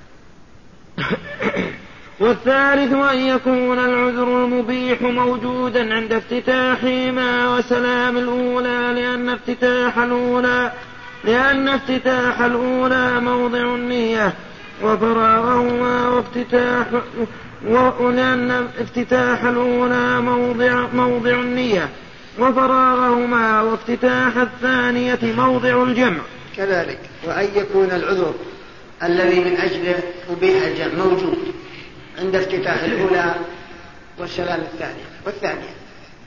والثالث أن يكون العذر المبيح موجودا عند افتتاحهما وسلام الأولى، لأن افتتاح الأولى لأن افتتاح الأولى موضع النية وفراغهما وافتتاح ولأن افتتاح الأولى موضع موضع النية وفراغهما وافتتاح الثانية موضع الجمع. كذلك وأن يكون العذر الذي من أجله أبيح الجمع موجود عند افتتاح الأولى والسلام الثانية والثانية.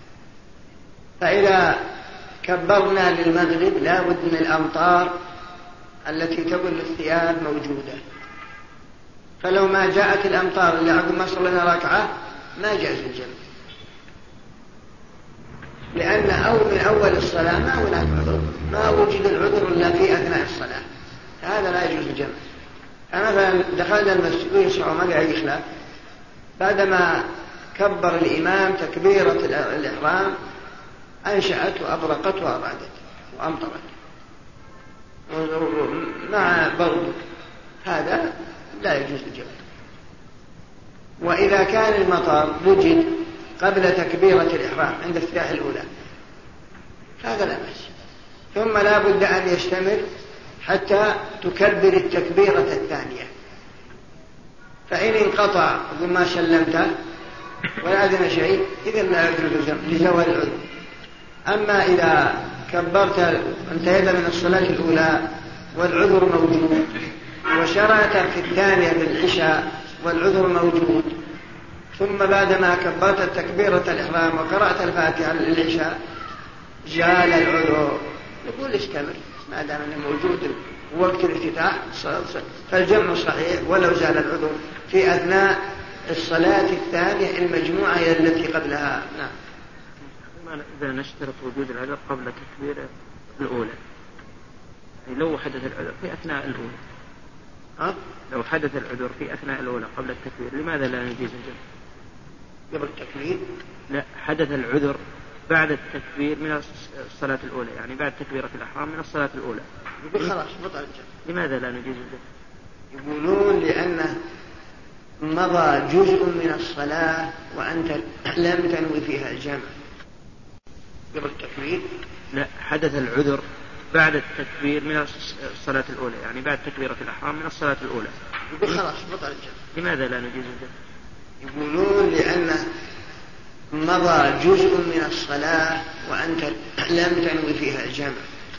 فإذا كبرنا للمغرب لا بد من الأمطار التي تبل الثياب موجودة، فلو ما جاءت الأمطار اللي عقب ما صلنا ركعة ما جاز الجمع، لأن أو من أول الصلاة ما هناك عذر، ما وجد العذر إلا في أثناء الصلاة، هذا لا يجوز الجمع. مثلا دخلنا المسجد ويسعى ما في أي خلاف، بعدما كبر الإمام تكبيرة الإحرام أنشأت وأبرقت وأرادت وأمطرت مع برد، هذا لا يجوز الجمع. وإذا كان المطر وجد قبل تكبيرة الإحرام عند افتتاح الأولى هذا لا بأس، ثم لا بد أن يستمر حتى تكبر التكبيرة الثانية، فإن انقطع ثم سلمت ولا أذن شيء إذن لا يجوز الجمع لزوال العذر. أما إذا كبرت انتهيت من الصلاة الأولى والعذر موجود، وشرعت في الثانية بالعشاء والعذر موجود، ثم بعدما كبرت التكبيرة الإحرام وقرأت الفاتحة للعشاء جال العذر، نقول استمر ما دام أنه موجود وقت الافتتاح فالجمع صحيح ولو زال العذر في أثناء الصلاة الثانية المجموعة التي قبلها. نعم. إذا نشترط وجود العذر قبل التكبيرة الأولى، يعني لو حدث العذر في أثناء الأولى، ها؟ لو حدث العذر في أثناء الأولى قبل التكبير لماذا لا نجيز الجمع؟ قبل التكبير؟ لا، حدث العذر بعد التكبير من الصلاة الأولى، يعني بعد تكبيرة الإحرام من الصلاة الأولى، يقول خلاص بطل الجمع. لماذا لا نجيز الجمع؟ يقولون لأنه مضى جزء من الصلاة وأنت لم تنوي فيها الجمع قبل التكبير. لا، حدث العذر بعد التكبير من الصلاة الأولى، يعني بعد تكبيرة الإحرام من الصلاة الأولى، يقول خلاص بطل الجمع. لماذا لا نجيز الجمع؟ يقولون لأنه مضى جزء من الصلاة وأنت لم تنوي فيها الجمع،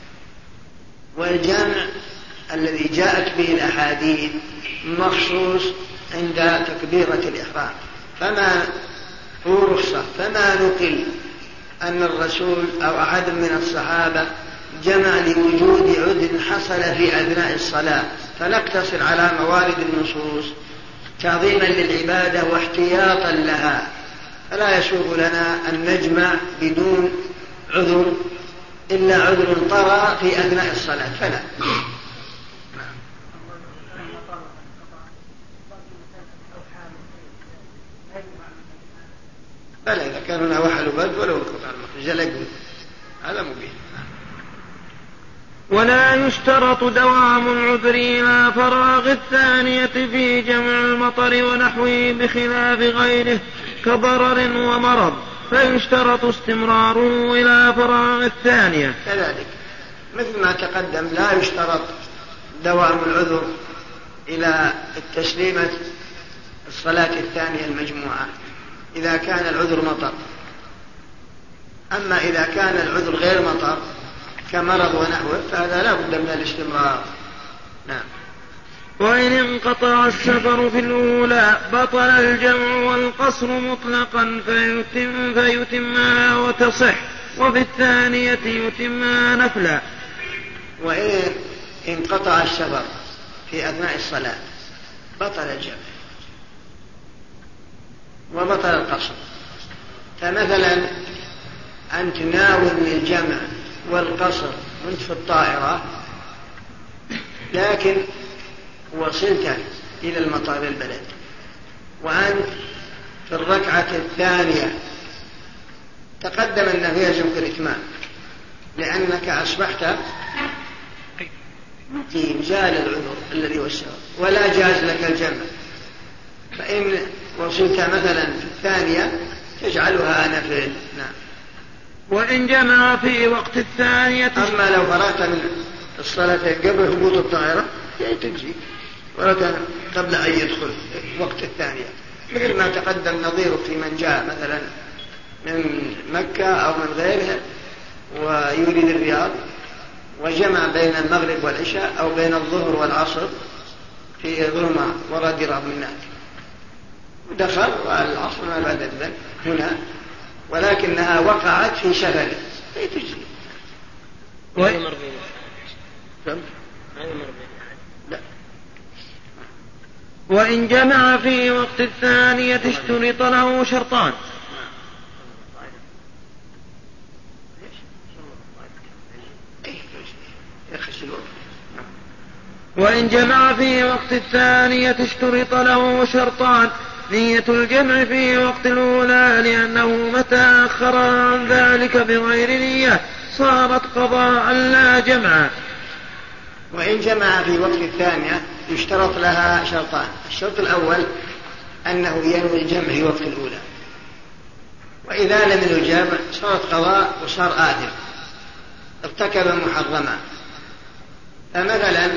والجمع الذي جاءت به الأحاديث مخصوص عند تكبيرة الإحرام، فما هو رخصة، فما نقل أن الرسول أو أحد من الصحابة جمع لوجود عذر حصل في أثناء الصلاة، فنقتصر على موارد النصوص تعظيما للعبادة واحتياطا لها، فلا يسوغ لنا أن نجمع بدون عذر إلا عذر طرأ في أثناء الصلاة فلا. بل إذا كانوا نوحلوا بد ولو انقطع جلقوا هذا مبين. ولا يشترط دوام العذر إلى فراغ الثانية في جمع المطر ونحوه بخلاف غيره كضرر ومرض، فيشترط استمراره إلى فراغ الثانية. كذلك مثل ما تقدم لا يشترط دوام العذر إلى التسليمة الصلاة الثانية المجموعة إذا كان العذر مطر، أما إذا كان العذر غير مطر كمرض ونحوه فهذا لا بد من الاستمرار. نعم. وإن انقطع السفر في الأولى بطل الجمع والقصر مطلقا فيتم فيتمها وتصح، وفي الثانية يتمها نفلا. وإن انقطع السفر في أثناء الصلاة بطل الجمع وبطل القصر، فمثلا أنت ناوي الجمع والقصر وانت في الطائرة لكن وصلت إلى المطار البلد وأنت في الركعة الثانية تقدم أن فيها جمع الإتمام لأنك أصبحت في مجال العذر الذي هو السبب ولا جاز لك الجمع، فإن وصلت مثلا في الثانية تجعلها نفل. نعم. وإن جمع في وقت الثانية. أما لو فرغت من الصلاة قبل هبوط الطائرة تجزي ولكن قبل أن يدخل وقت الثانية، مثل ما تقدم نظيره في من جاء مثلا من مكة أو من غيرها ويريد الرياض وجمع بين المغرب والعشاء أو بين الظهر والعصر في ظلمة وراء دراب من نار، ودخل والعصر ما بعد ذلك هنا ولكنها وقعت في سفر أي تجزي. و... لا. وإن جمع في وقت الثانية اشترط له شرطان. وإن جمع في وقت الثانية اشترط له شرطان: نية الجمع في وقت الأولى لأنه متى أخر عن ذلك بغير نية صارت قضاء لا جمع. وإن جمع في وقت الثانية يشترط لها شرطان: الشرط الأول أنه ينوي الجمع في وقت الأولى، وإذا لم ينوي الجمع صارت قضاء وصار آثم ارتكب محرما. فمثلا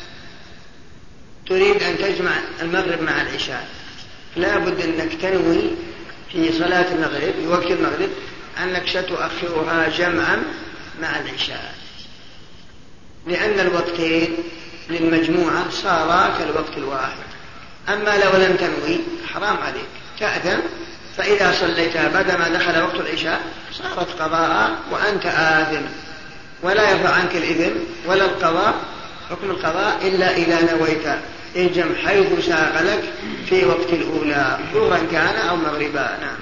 تريد أن تجمع المغرب مع العشاء، لا بد أنك تنوي في صلاة المغرب في وقت المغرب أنك ستؤخرها جمعا مع العشاء، لأن الوقتين للمجموعة صارا كالوقت الواحد. أما لو لم تنوي حرام عليك تأثم، فإذا صليتها بعدما دخل وقت العشاء صارت قضاء وأنت آثم، ولا يرفع عنك الإثم ولا القضاء حكم القضاء إلا إذا نويت الجمع حيث ساق لك في وقت الأولى ظهرا كان أو مغربا. نعم.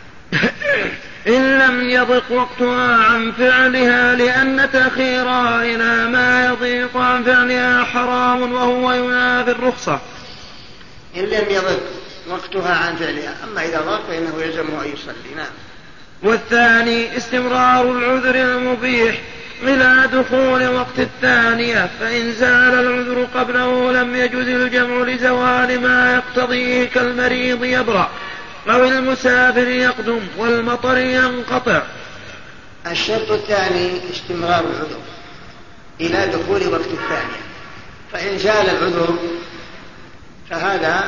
إن لم يضق وقتها عن فعلها، لأن تأخيرها إلى ما يضيق عن فعلها حرام وهو ينافي الرخصة. إن لم يضق وقتها عن فعلها، أما إذا ضاق فإنه يلزمه أن يصلي. نعم. والثاني استمرار العذر المبيح إلى دخول وقت الثانية، فإن زال العذر قبله لم يجوز الجمع لزوال ما يقتضيه كالمريض يبرأ أو المسافر يقدم والمطر ينقطع. الشرط الثاني استمرار العذر إلى دخول وقت الثانية، فإن زال العذر فهذا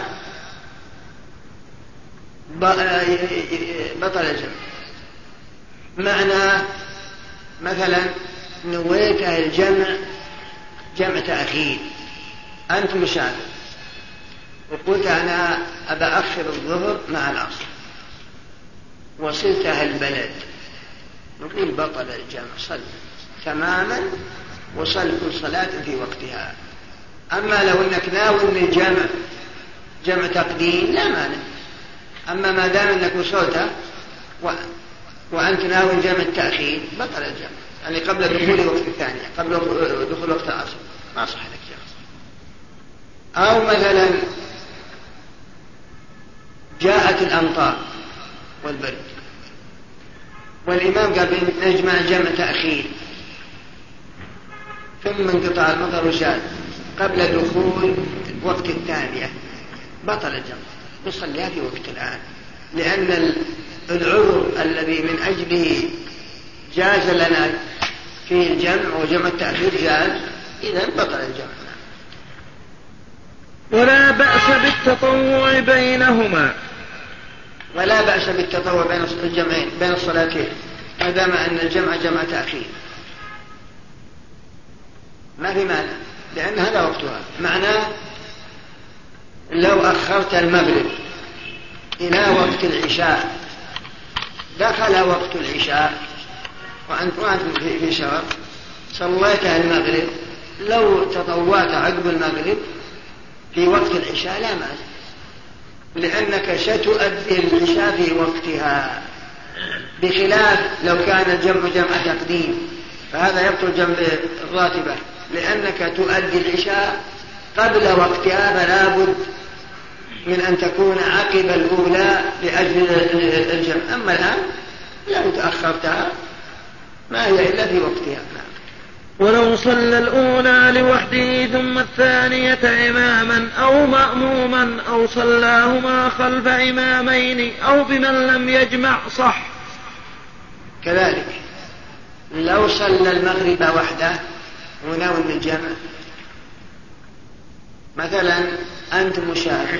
بطل الجمع. معنى مثلا نويت الجمع جمع تأخير، أنت مسافر وقلت أنا أبى أخر الظهر مع العصر، وصلت البلد، نقول بطل الجمع، صل تماما وصل كل صلاة في وقتها. أما لو أنك ناوي من الجمع جمع تقديم لا مانع، أما ما دام أنك وصلت و... وأنت ناوي جمع التأخير بطل الجمع، يعني قبل دخول وقت الثانية، قبل دخول وقت العصر ما صح لك جمع. أو مثلا جاءت الأمطار والبرد والإمام قال نجمع جمع تأخير، ثم انقطع المطر وزاد قبل دخول وقت الثانية بطل الجمع، نصليها في وقت الآن، لأن العذر الذي من أجله جاز لنا في الجمع وجمع التأخير جاز، إذا بطل الجمع. ولا بأس بالتطوع بينهما، ولا بأس بالتطوع بين الجمعين بين الصلاتين ما دام أن الجمع جمع تأخير ما في مانع، لأن هذا وقتها. معناه لو أخرت المغرب إلى وقت العشاء، دخل وقت العشاء وأنت في شرط صليت المغرب، لو تطوعت عقب المغرب في وقت العشاء لا مانع، لأنك ستؤدي العشاء في وقتها، بخلاف لو كان الجمع جمع تقديم فهذا يبطل جمع الراتبة، لأنك تؤدي العشاء قبل وقتها، فلا بد من أن تكون عقب الأولى لأجل الجمع. أما الآن لو تأخرتها ما هي إلا في وقتها. ولو صلى الأولى لوحده ثم الثانية إماما أو مأموما أو صلاهما خلف إمامين أو بمن لم يجمع صح. كذلك لو صلى المغرب وحده وناوي من الجمع، مثلا أنت مسافر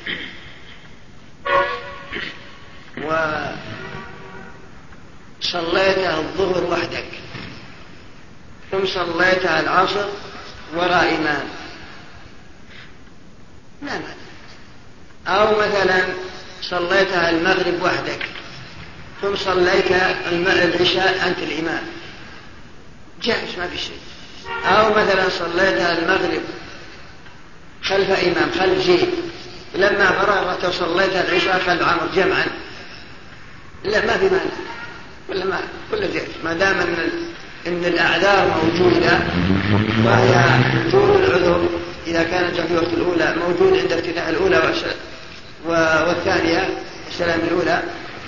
وصليتها الظهر وحدك ثم صليتها العصر وراء إمام لا مانع، أو مثلا صليتها المغرب وحدك ثم صليت العشاء أنت الإمام جائز ما في شيء، أو مثلا صليتها المغرب خلف إمام خلف زيد، لما فرغت وصليتها العشاء خلف عمر جمعا لا ما في مانع، ولا ما كل جائز ما دام أن إن الأعذار موجودة، وهي وجود العذر إذا كانت في وقت الأولى موجود عند افتتاح الأولى والثانية السلام الأولى،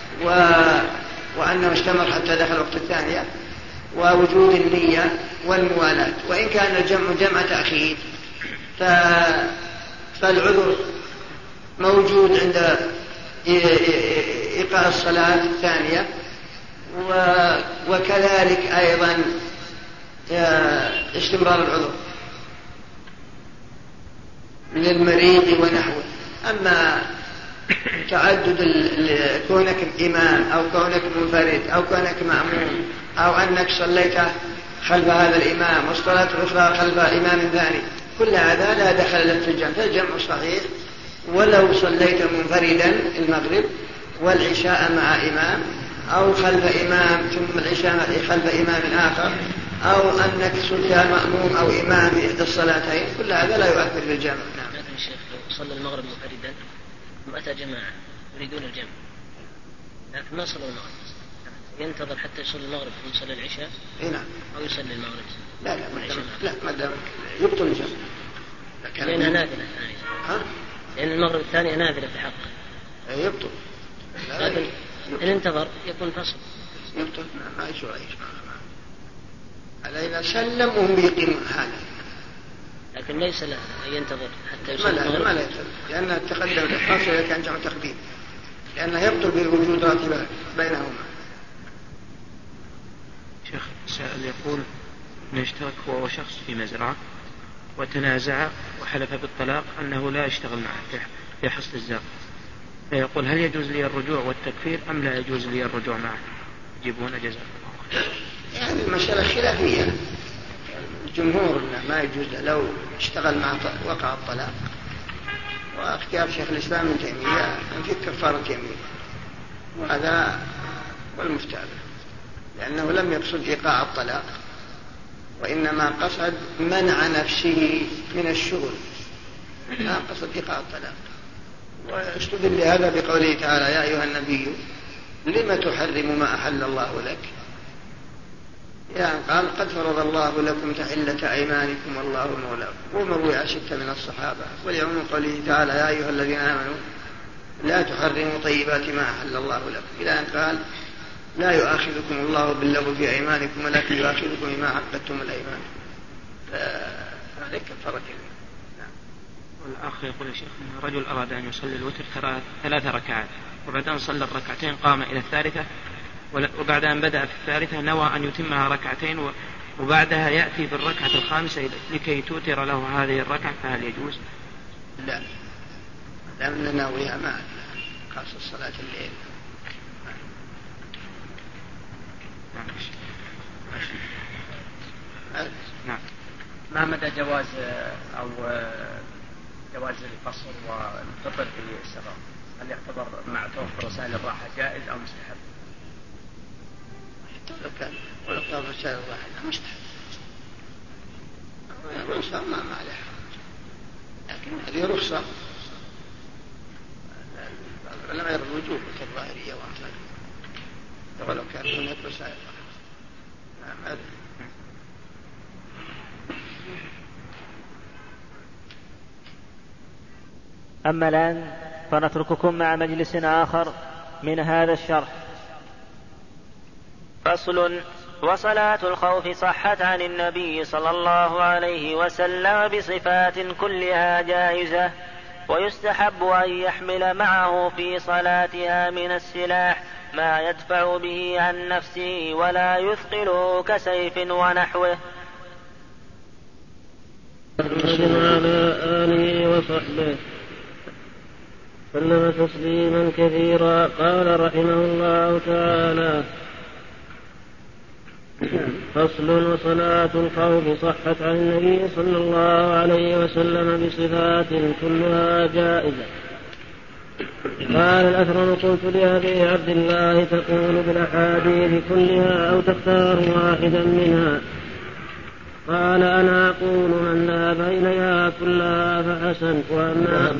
وأنه استمر حتى دخل وقت الثانية، ووجود النية والموالاة. وإن كان الجمع جمع تأخير فالعذر موجود عند إيقاع الصلاة الثانية، وكذلك أيضا استمرار العذر للمريض ونحوه. أما تعدد كونك إمام أو كونك منفرد أو كونك مأموم أو أنك صليت خلف هذا الإمام والصلاة الأخرى خلف إمام ثاني، كل هذا لا دخل لك في الجمع، فالجمع صحيح ولو صليت منفردا المغرب والعشاء مع إمام أو خلف إمام ثم العشاء خلف إمام آخر أو أنك صليت مأموم أو إمام في إحدى الصلاتين، كل هذا لا يؤثر في الجمع. نعم. لكن الشيخ لو صلى المغرب منفردا ثم أتى جماعة يريدون الجمع لكن ما صلوا المغرب، ينتظر حتى يصلي المغرب ثم يصلي العشاء نعم أو يصلي المغرب؟ لا لا لا ما دام يبطل الجمع لأنها نافلة ثانية. ها؟ لأن المغرب الثانية نافلة في حقه يبطل، لكن إن انتظر يكون فصل يبطل ما يشوع علينا سلم وهم بيقيمون هذا، لكن ليس له أن ينتظر حتى يصلي ما لا ما لا يصلي لأنه تقدم الإحراص إذا كان جمع تقديم، لأنه يبطل بالوجود راتبة بينهما. شيخ سائل يقول أن اشترك هو وشخص في مزرعة وتنازع وحلف بالطلاق أنه لا يشتغل معه في حصد الزرع، فيقول هل يجوز لي الرجوع والتكفير أم لا يجوز لي الرجوع معه؟ يجيبون جزاء الله. يعني المسألة خلافية، الجمهور ما يجوز له لو اشتغل مع وقع الطلاق، واختيار شيخ الإسلام ابن تيمية أن في كفارة يمين، وهذا هو المفتى لأنه لم يقصد إيقاع الطلاق وإنما قصد منع نفسه من الشغل، لا قصد إيقاع الطلاق. واستدل لهذا بقوله تعالى يا أيها النبي لم تحرم ما أحل الله لك، يعني قال قد فرض الله لكم تحلة أيمانكم والله مولاكم، ومروي ستة من الصحابة. وليوم قوله تعالى يا أيها الذين آمنوا لا تحرموا طيبات ما أحل الله لكم، إلى أن قال لا يؤاخذكم الله باللغو في أيمانكم ولكن يؤاخذكم بما عقدتم الأيمان، فهذا كفارة يمين. والآخر يقول يا شيخ أن رجل أراد أن يصلي الوتر ثلاث ركعات وبعد أن صلى الركعتين قام إلى الثالثة، وبعد أن بدأ في الثالثة نوى أن يتمها ركعتين وبعدها يأتي بالركعة الخامسة لكي توتر له هذه الركعة، فهل يجوز؟ لا، لم ننويها معا خاصة صلاة الليل. نعم. ما مدى جواز أو جواز القصر والفطر في السفر؟ هل يعتبر مع توفر وسائل الراحة جائز أو مستحب؟ لو كان ولو كان وسائل الراحة مستحب، الرخصة ما ما عليها، لكن هذه رخصة العلماء يرى الوجوب كالظاهرية وأمثالهم، ولو كان هناك وسائل نعم. أما الآن فنترككم مع مجلس آخر من هذا الشرح. فصل. وصلاة الخوف صحت عن النبي صلى الله عليه وسلم بصفات كلها جائزة، ويستحب أن يحمل معه في صلاتها من السلاح ما يدفع به عن نفسه ولا يثقله كسيف ونحوه. على آله وصحبه سلم تسليما كثيرا. قال رحمه الله تعالى فصل. وصلاة الخوف صحت عن النبي صلى الله عليه وسلم بصفات كلها جائزة. قال الأثرم قلت لأبي عبد الله تقول بالأحاديث كلها أو تختار واحدا منها؟ قال أنا أقول من ذهب إليها كلها فحسن، وأما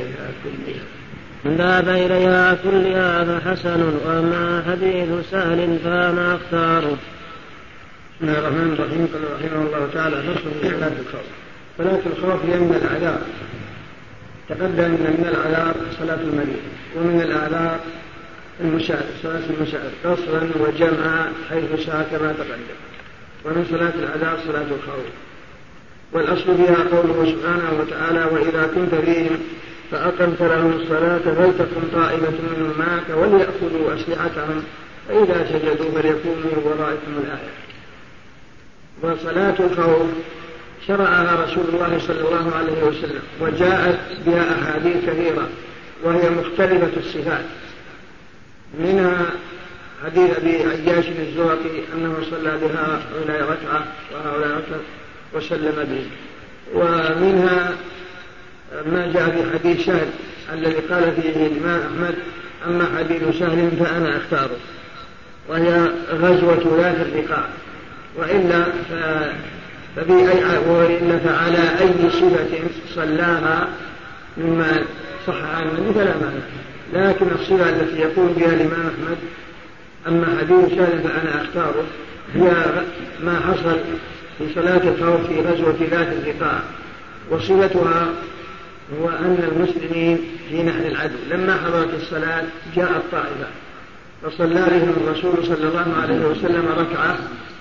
من ذهب إليها كلها فحسن، وأما حديث سهل فأنا أختاره. بسم الله الرحمن الرحيم. قال رحمه الله تعالى فصل في صلاة الخوف. صلاة الخوف هي من الأعذار، تقدم أن من الأعذار صلاة المريض، ومن الأعذار المشاعر صلاة المشاعر قصرا وجمعا حيث شاء كما تقدم. ومن صلاة الأعذار صلاة الخوف، والأصل فيها قوله سبحانه وتعالى وإذا كنت فيهم فأقمت لهم الصلاة فلتقم طائفة منهم معك وليأخذوا أسلحتهم فإذا سجدوا فليكونوا من ورائكم الآية. وصلاة الخوف شرعها رسول الله صلى الله عليه وسلم، وجاءت بها أحاديث كثيرة وهي مختلفة الصفات. منها حديث أبي عياش الزرقي أنه صلى بها هؤلاء ركعة وهؤلاء ركعة وسلم به. ومنها ما جاء في حديث سهل الذي قال فيه الإمام أحمد أما حديث سهل فأنا أختاره، وهي غزوة ذات الرقاع. وإلا ففي أي وإلا فعلى أي صفة صلاها مما صح عن النبي فلا مانع، لكن الصفة التي يقول بها الإمام أحمد أما حديث سهل فأنا أختاره هي ما حصل في صلاة الخوف في غزوة ذات الرقاع. وصفتها هو أن المسلمين في نحر العدو لما حضرت الصلاة جاء الطائفة فصلى بهم الرسول صلى الله عليه وسلم ركعة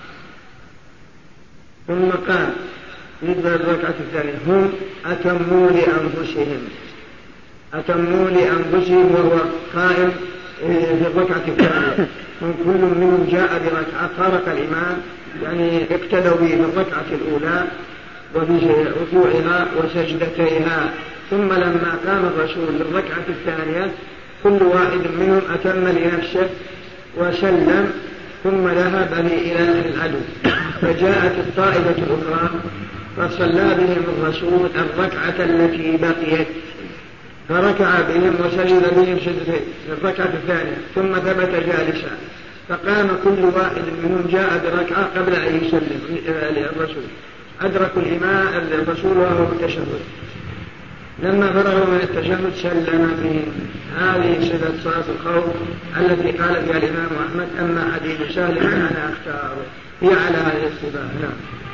ثم قال يدبر الركعة الثانية هم أتموا لأنفسهم أتموا لأنفسهم وهو قائم في الركعة الثانية، وكل منهم جاء بركعة فارق الإمام يعني اقتدوا به في الركعة الأولى وفي ركوعها وسجدتيها. ثم لما قام الرسول للركعة الثانية كل واحد منهم أتم لنفسه وسلم ثم ذهب إلى العدو. فجاءت الطائفة الأخرى فصلى بهم الرسول الركعة التي بقيت فركع بهم وسجد بهم سجدتين في الركعة الثانية ثم ثبت جالسا. فقام كل واحد منهم جاء بركعة قبل أن يسلم الرسول، أدرك الإمام الرسول وهو التشهد. لما فرغوا من التشهد سلم بهم. هذه صفة صلاة الخوف التي قال فيها الإمام أحمد أما حديث سهل فأنا أختاره، هي على هذه الصفة. نعم.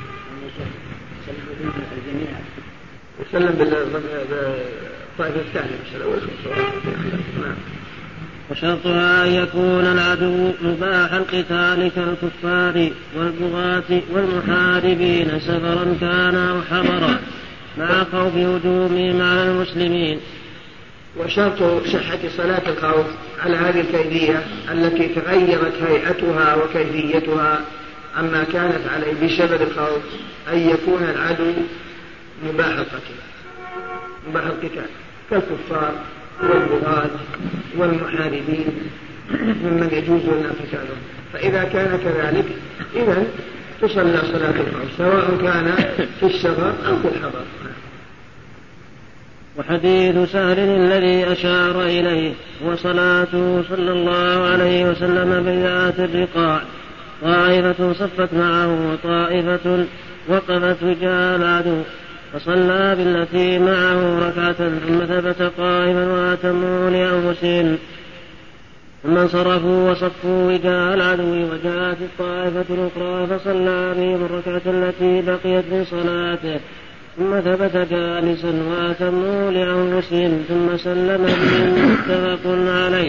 وسلم بالطائفة الثانية. نعم. وشرطها أن يكون العدو مباح القتال كالكفار والبغاة والمحاربين سفرا كان أو حضرا مع خوف هجومهم على المسلمين. وشرط صحة صلاة الخوف على هذه الكيفية التي تغيرت هيئتها وكيفيتها عما كانت عليه بسبب الخوف أن يكون العدو مباح القتال مباح القتال كالكفار والبغاة والمحاربين ممن يجوز لنا قتالهم. فإذا كان كذلك إذن تصلى صلاة الخوف سواء كان في السفر أو في الحضر. وحديث سهل الذي أشار إليه وصلاته صلى الله عليه وسلم بذات الرقاع طائفة صفت معه وطائفة وقفت وجاه العدو فصلى بالتي معه ركعة ثم ثبت قائما وأتموا لأنفسهم ثم انصرفوا وصفوا وجاه العدو وجاءت الطائفة الأخرى فصلى بهم الركعة التي بقيت من صلاته ثم ثبت جالسا وأتموا لأنفسهم ثم سلم بهم متفق عليه.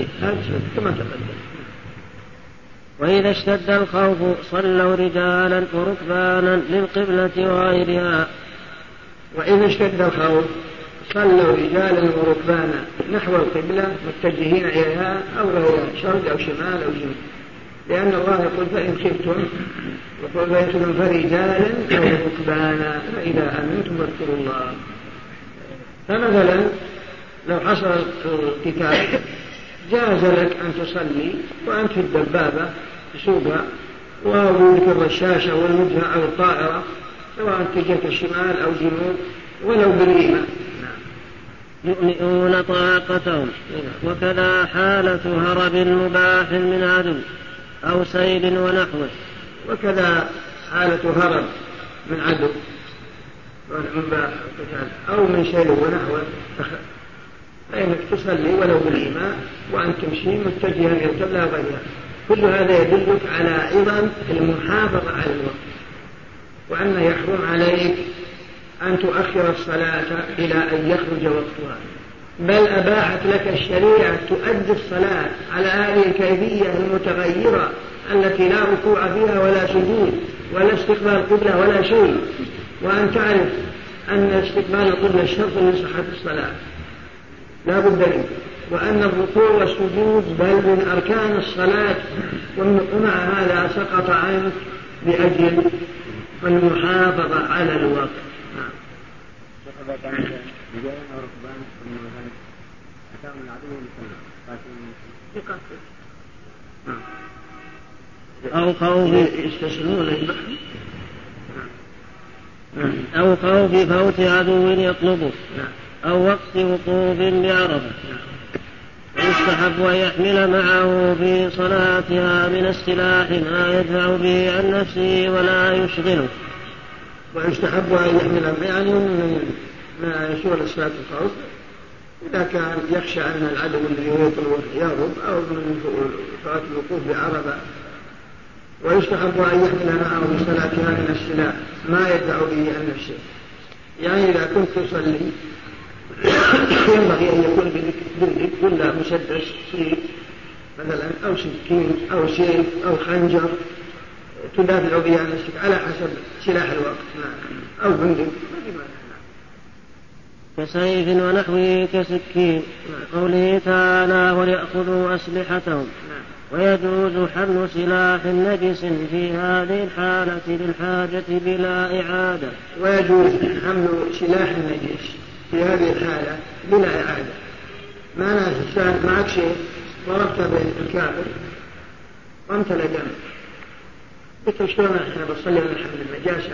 وإذا اشتد الخوف صلوا رجالا وركبانا للقبلة وغيرها. وإذا اشتد الخوف صلوا رجالا وركبانا نحو القبلة متجهين إليها أو غيرها شرق أو شمال أو جنوب، لأن الله يقول فإن خفتم يقول فإن فرجالا أو ركبانا فإذا أمنتم فاذكروا الله. فمثلا لو حصل القتال جاز لك أن تصلي وأنت في الدبابة تسوقها ووجودك الرشاشة والوجهة أو الطائرة سواء اتجهت الشمال أو جنوب ولو بالإيمان. يؤمئون طاقتهم. وكذا حالة هرب مباح من عدو أو سيل ونحوه. وكذا حالة هرب من عدو مباح أو من سيل ونحوه فإنك تصلي ولو بالإيمان وأن تمشي متجها إلى القبلة غيرها. كل هذا يدلك على عظم المحافظة على الوقت وأن يحرم عليك أن تؤخر الصلاة إلى أن يخرج وقتها، بل أباحت لك الشريعة تؤدي الصلاة على هذه الكيفية المتغيرة التي لا ركوع فيها ولا سجود ولا استقبال القبلة ولا شيء، وأن تعرف أن استقبال القبلة شرط لصحة الصلاة لا بد منه، وأن الركوع والسجود بل من أركان الصلاة، ومع هذا سقط عنك بأجل المحافظة على الوقت. كان العدو مسلم أو خوف يستسلمون أو خوف فوت عدو يطلبه أو وقت وقوف بعرفة. ويستحب أن يحمل معه في صلاتها من السلاح ما يدفع به عن نفسه ولا يشغله. ويستحب أن يحمل يعني ما يشغل صلاة الخوف إذا كان يخشى أن العدو الذي يطلب يهرب أو من فوات الوقوف بعرفة. ويستحب أن يحمل معه في صلاتها من السلاح ما يدفع به عن نفسه، يعني إذا كنت تصلي ينبغي أن يكون بذلك كل مسدس سيف مثلا أو سكين أو سيف أو خنجر تدافع به عن نفسك على حسب سلاح الوقت أو بندق كسيف ونحوه كسكين. قوله تعالى وليأخذوا أسلحتهم. ويجوز حمل سلاح نجس في هذه الحالة للحاجة بلا إعادة. ويجوز حمل سلاح نجس في هذه الحالة بلا إعادة. ما ناسي معك شيء ضربت بين الكافر وانت لجنب قلت شلون احنا بصلي من حمل النجاسة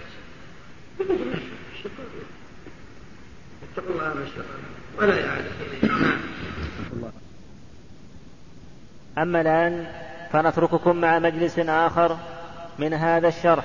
اتقوا الله ما استطعتم ولا إعادة. أما الآن فنترككم مع مجلس آخر من هذا الشرح.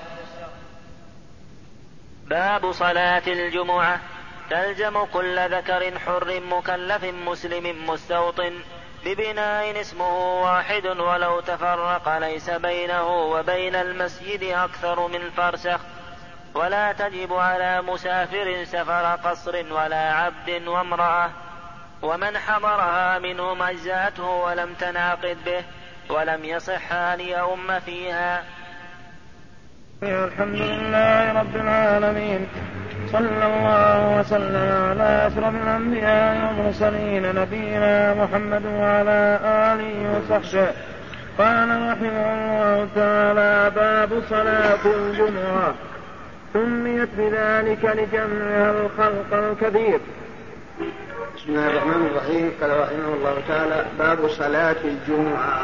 باب صلاة الجمعة. تلزم كل ذكر حر مكلف مسلم مستوطن ببناء اسمه واحد ولو تفرق ليس بينه وبين المسجد أكثر من فرسخ، ولا تجب على مسافر سفر قصر ولا عبد وامرأة، ومن حضرها منهم أجزأته ولم تنعقد به ولم يصح أن يؤم فيها. الحمد لله رب العالمين، صلى الله وسلم على أشرف الأنبياء والمرسلين نبينا محمد وعلى آله وصحبه. قال رحمه الله تعالى باب صلاة الجمعة. سميت بذلك لجمعها الخلق الكثير. بسم الله الرحمن الرحيم. قال رحمه الله تعالى باب صلاة الجمعة.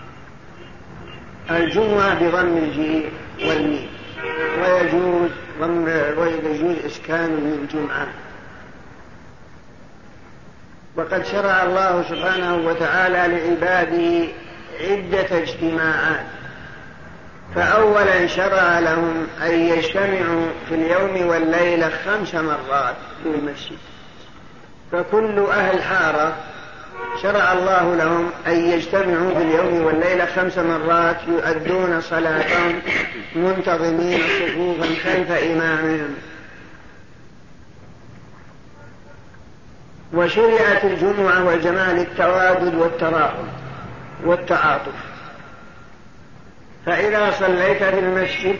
الجمعة بضم الجيم والميم، ويجوز ضم ويجوز إسكان من الجمعة. وقد شرع الله سبحانه وتعالى لعباده عدة اجتماعات، فأولا شرع لهم أن يجتمعوا في اليوم والليلة خمس مرات في المسجد، فكل أهل حارة شرع الله لهم أن يجتمعوا في اليوم والليلة خمس مرات يؤدون صلاتهم منتظمين صفوفا خلف إمامهم. وشرعت الجمعة والجماعة للتوادد والتراحم والتعاطف، فإذا صليت في المسجد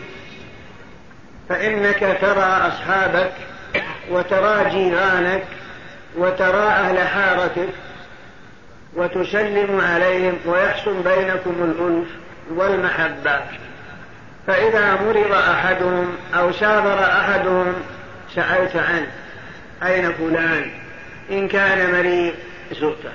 فإنك ترى أصحابك وترى جيرانك وترى أهل حارتك وتسلم عليهم ويحصل بينكم الألف والمحبة. فإذا مرض أحدهم أو سافر أحدهم سألت عنه أين فلان، إن كان مريض زرته،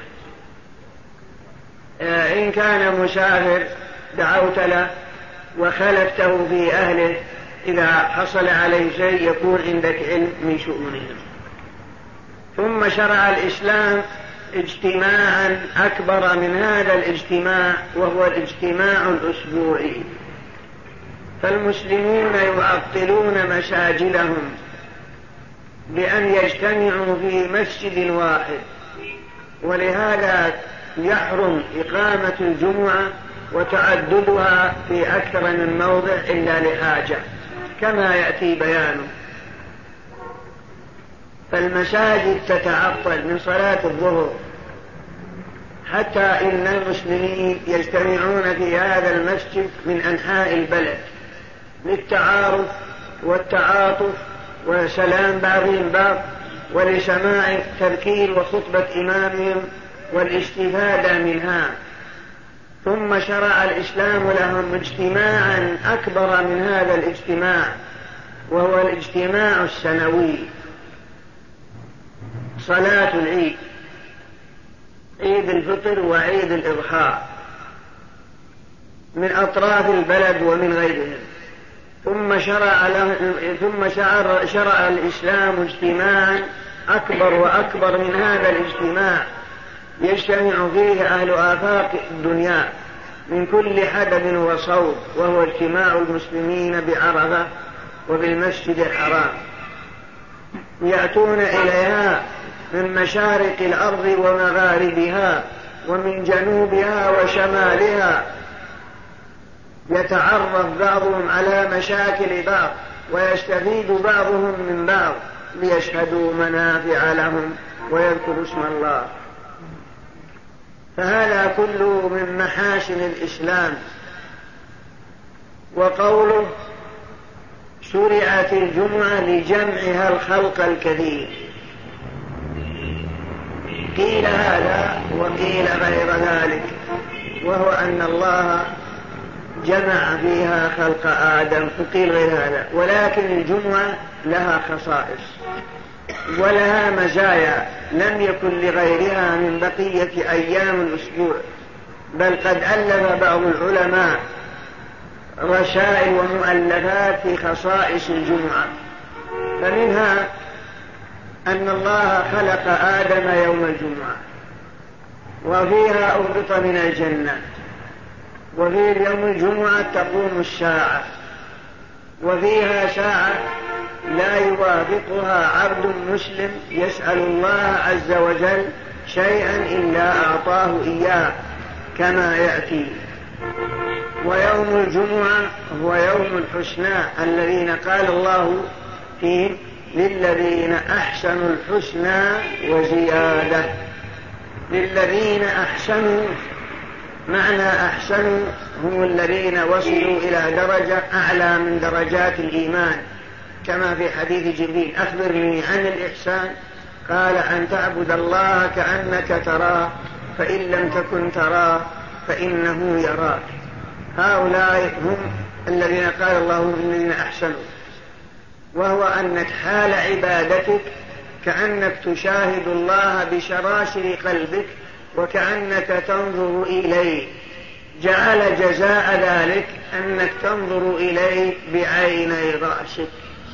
إن كان مسافر دعوت له وخلفته في أهله، إذا حصل عليه شيء يكون عندك علم من شؤونهم. ثم شرع الإسلام اجتماعا أكبر من هذا الاجتماع، وهو الاجتماع الأسبوعي. فالمسلمون يعطلون مساجدهم بأن يجتمعوا في مسجد واحد، ولهذا يحرم إقامة الجمعة وتعددها في أكثر من موضع إلا لحاجة كما يأتي بيانه. فالمساجد تتعطل من صلاة الظهر، حتى إن المسلمين يجتمعون في هذا المسجد من أنحاء البلد للتعارف والتعاطف وسلام بعضهم بعض، ولسماع تذكير وخطبة إمامهم والاستفادة منها. ثم شرع الإسلام لهم اجتماعا أكبر من هذا الاجتماع، وهو الاجتماع السنوي، صلاة العيد. عيد الفطر وعيد الإضحى من أطراف البلد ومن غيرهم. ثم شرع, له ثم شرع, شرع الإسلام اجتماعا أكبر وأكبر من هذا الاجتماع يجتمع فيه أهل آفاق الدنيا من كل حدب وصوب، وهو اجتماع المسلمين بعرفة وبالمسجد الحرام، يأتون إليها من مشارق الأرض ومغاربها ومن جنوبها وشمالها، يتعرف بعضهم على مشاكل بعض ويستفيد بعضهم من بعض ليشهدوا منافع لهم ويذكروا اسم الله. فهذا كله من محاسن الإسلام. وقوله شرعت الجمعة لجمعها الخلق الكثير، قيل هذا وقيل غير ذلك، وهو أن الله جمع فيها خلق آدم، وقيل غير هذا. ولكن الجمعة لها خصائص ولها مزايا لم يكن لغيرها من بقية أيام الأسبوع، بل قد ألف بعض العلماء رسائل ومؤلفات في خصائص الجمعة. فمنها أن الله خلق آدم يوم الجمعة، وفيها أهبط من الجنة، وفي يوم الجمعة تقوم الساعة، وفيها ساعة لا يوافقها عبد مسلم يسأل الله عز وجل شيئا إلا أعطاه إياه كما يأتي. ويوم الجمعة هو يوم الحسنى الذين قال الله فيه للذين أحسنوا الحسنى وزيادة. للذين أحسنوا معنى أحسنوا هم الذين وصلوا إلى درجة أعلى من درجات الإيمان، كما في حديث جبريل أخبرني عن الإحسان، قال أن تعبد الله كأنك تراه فإن لم تكن تراه فإنه يراك. هؤلاء هم الذين قال الله هم الذين أحسنوا، وهو أنك حال عبادتك كأنك تشاهد الله بشراشر قلبك وكأنك تنظر إليه، جعل جزاء ذلك أنك تنظر إليه بعيني رأسك.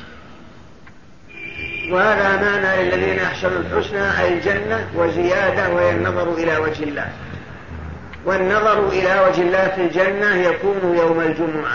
وهذا معنى الذين أحسنوا الحسنى أي الجنة وزيادة، وهي النظر إلى وجه الله. والنظر إلى وجه الله في الجنة يكون يوم الجمعة،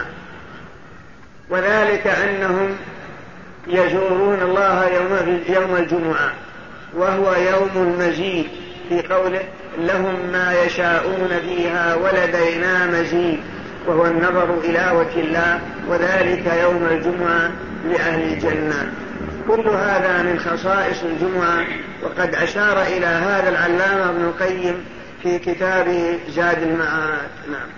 وذلك أنهم يزورون الله يوم, يوم الجمعة، وهو يوم المزيد في قوله لهم ما يشاءون فيها ولدينا مزيد، وهو النظر إلى وجه الله، وذلك يوم الجمعة لأهل الجنة. كل هذا من خصائص الجمعة، وقد أشار إلى هذا العلامة ابن القيم في كتابه زاد المعاد. نعم.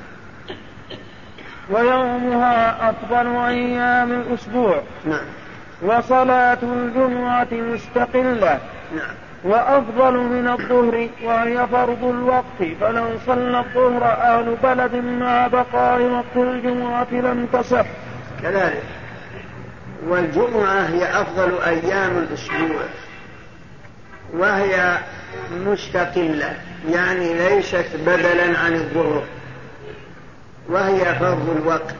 ويومها أفضل أيام الأسبوع. نعم. وصلاة الجمعة مستقلة. نعم. وأفضل من الظهر وهي فرض الوقت، فلو صلى الظهر أهل بلد مع بقاء وقت الجمعة لم تصح. كذلك. والجمعة هي أفضل أيام الأسبوع، وهي مستقلة يعني ليست بدلا عن الظهر، وهي فرض الوقت.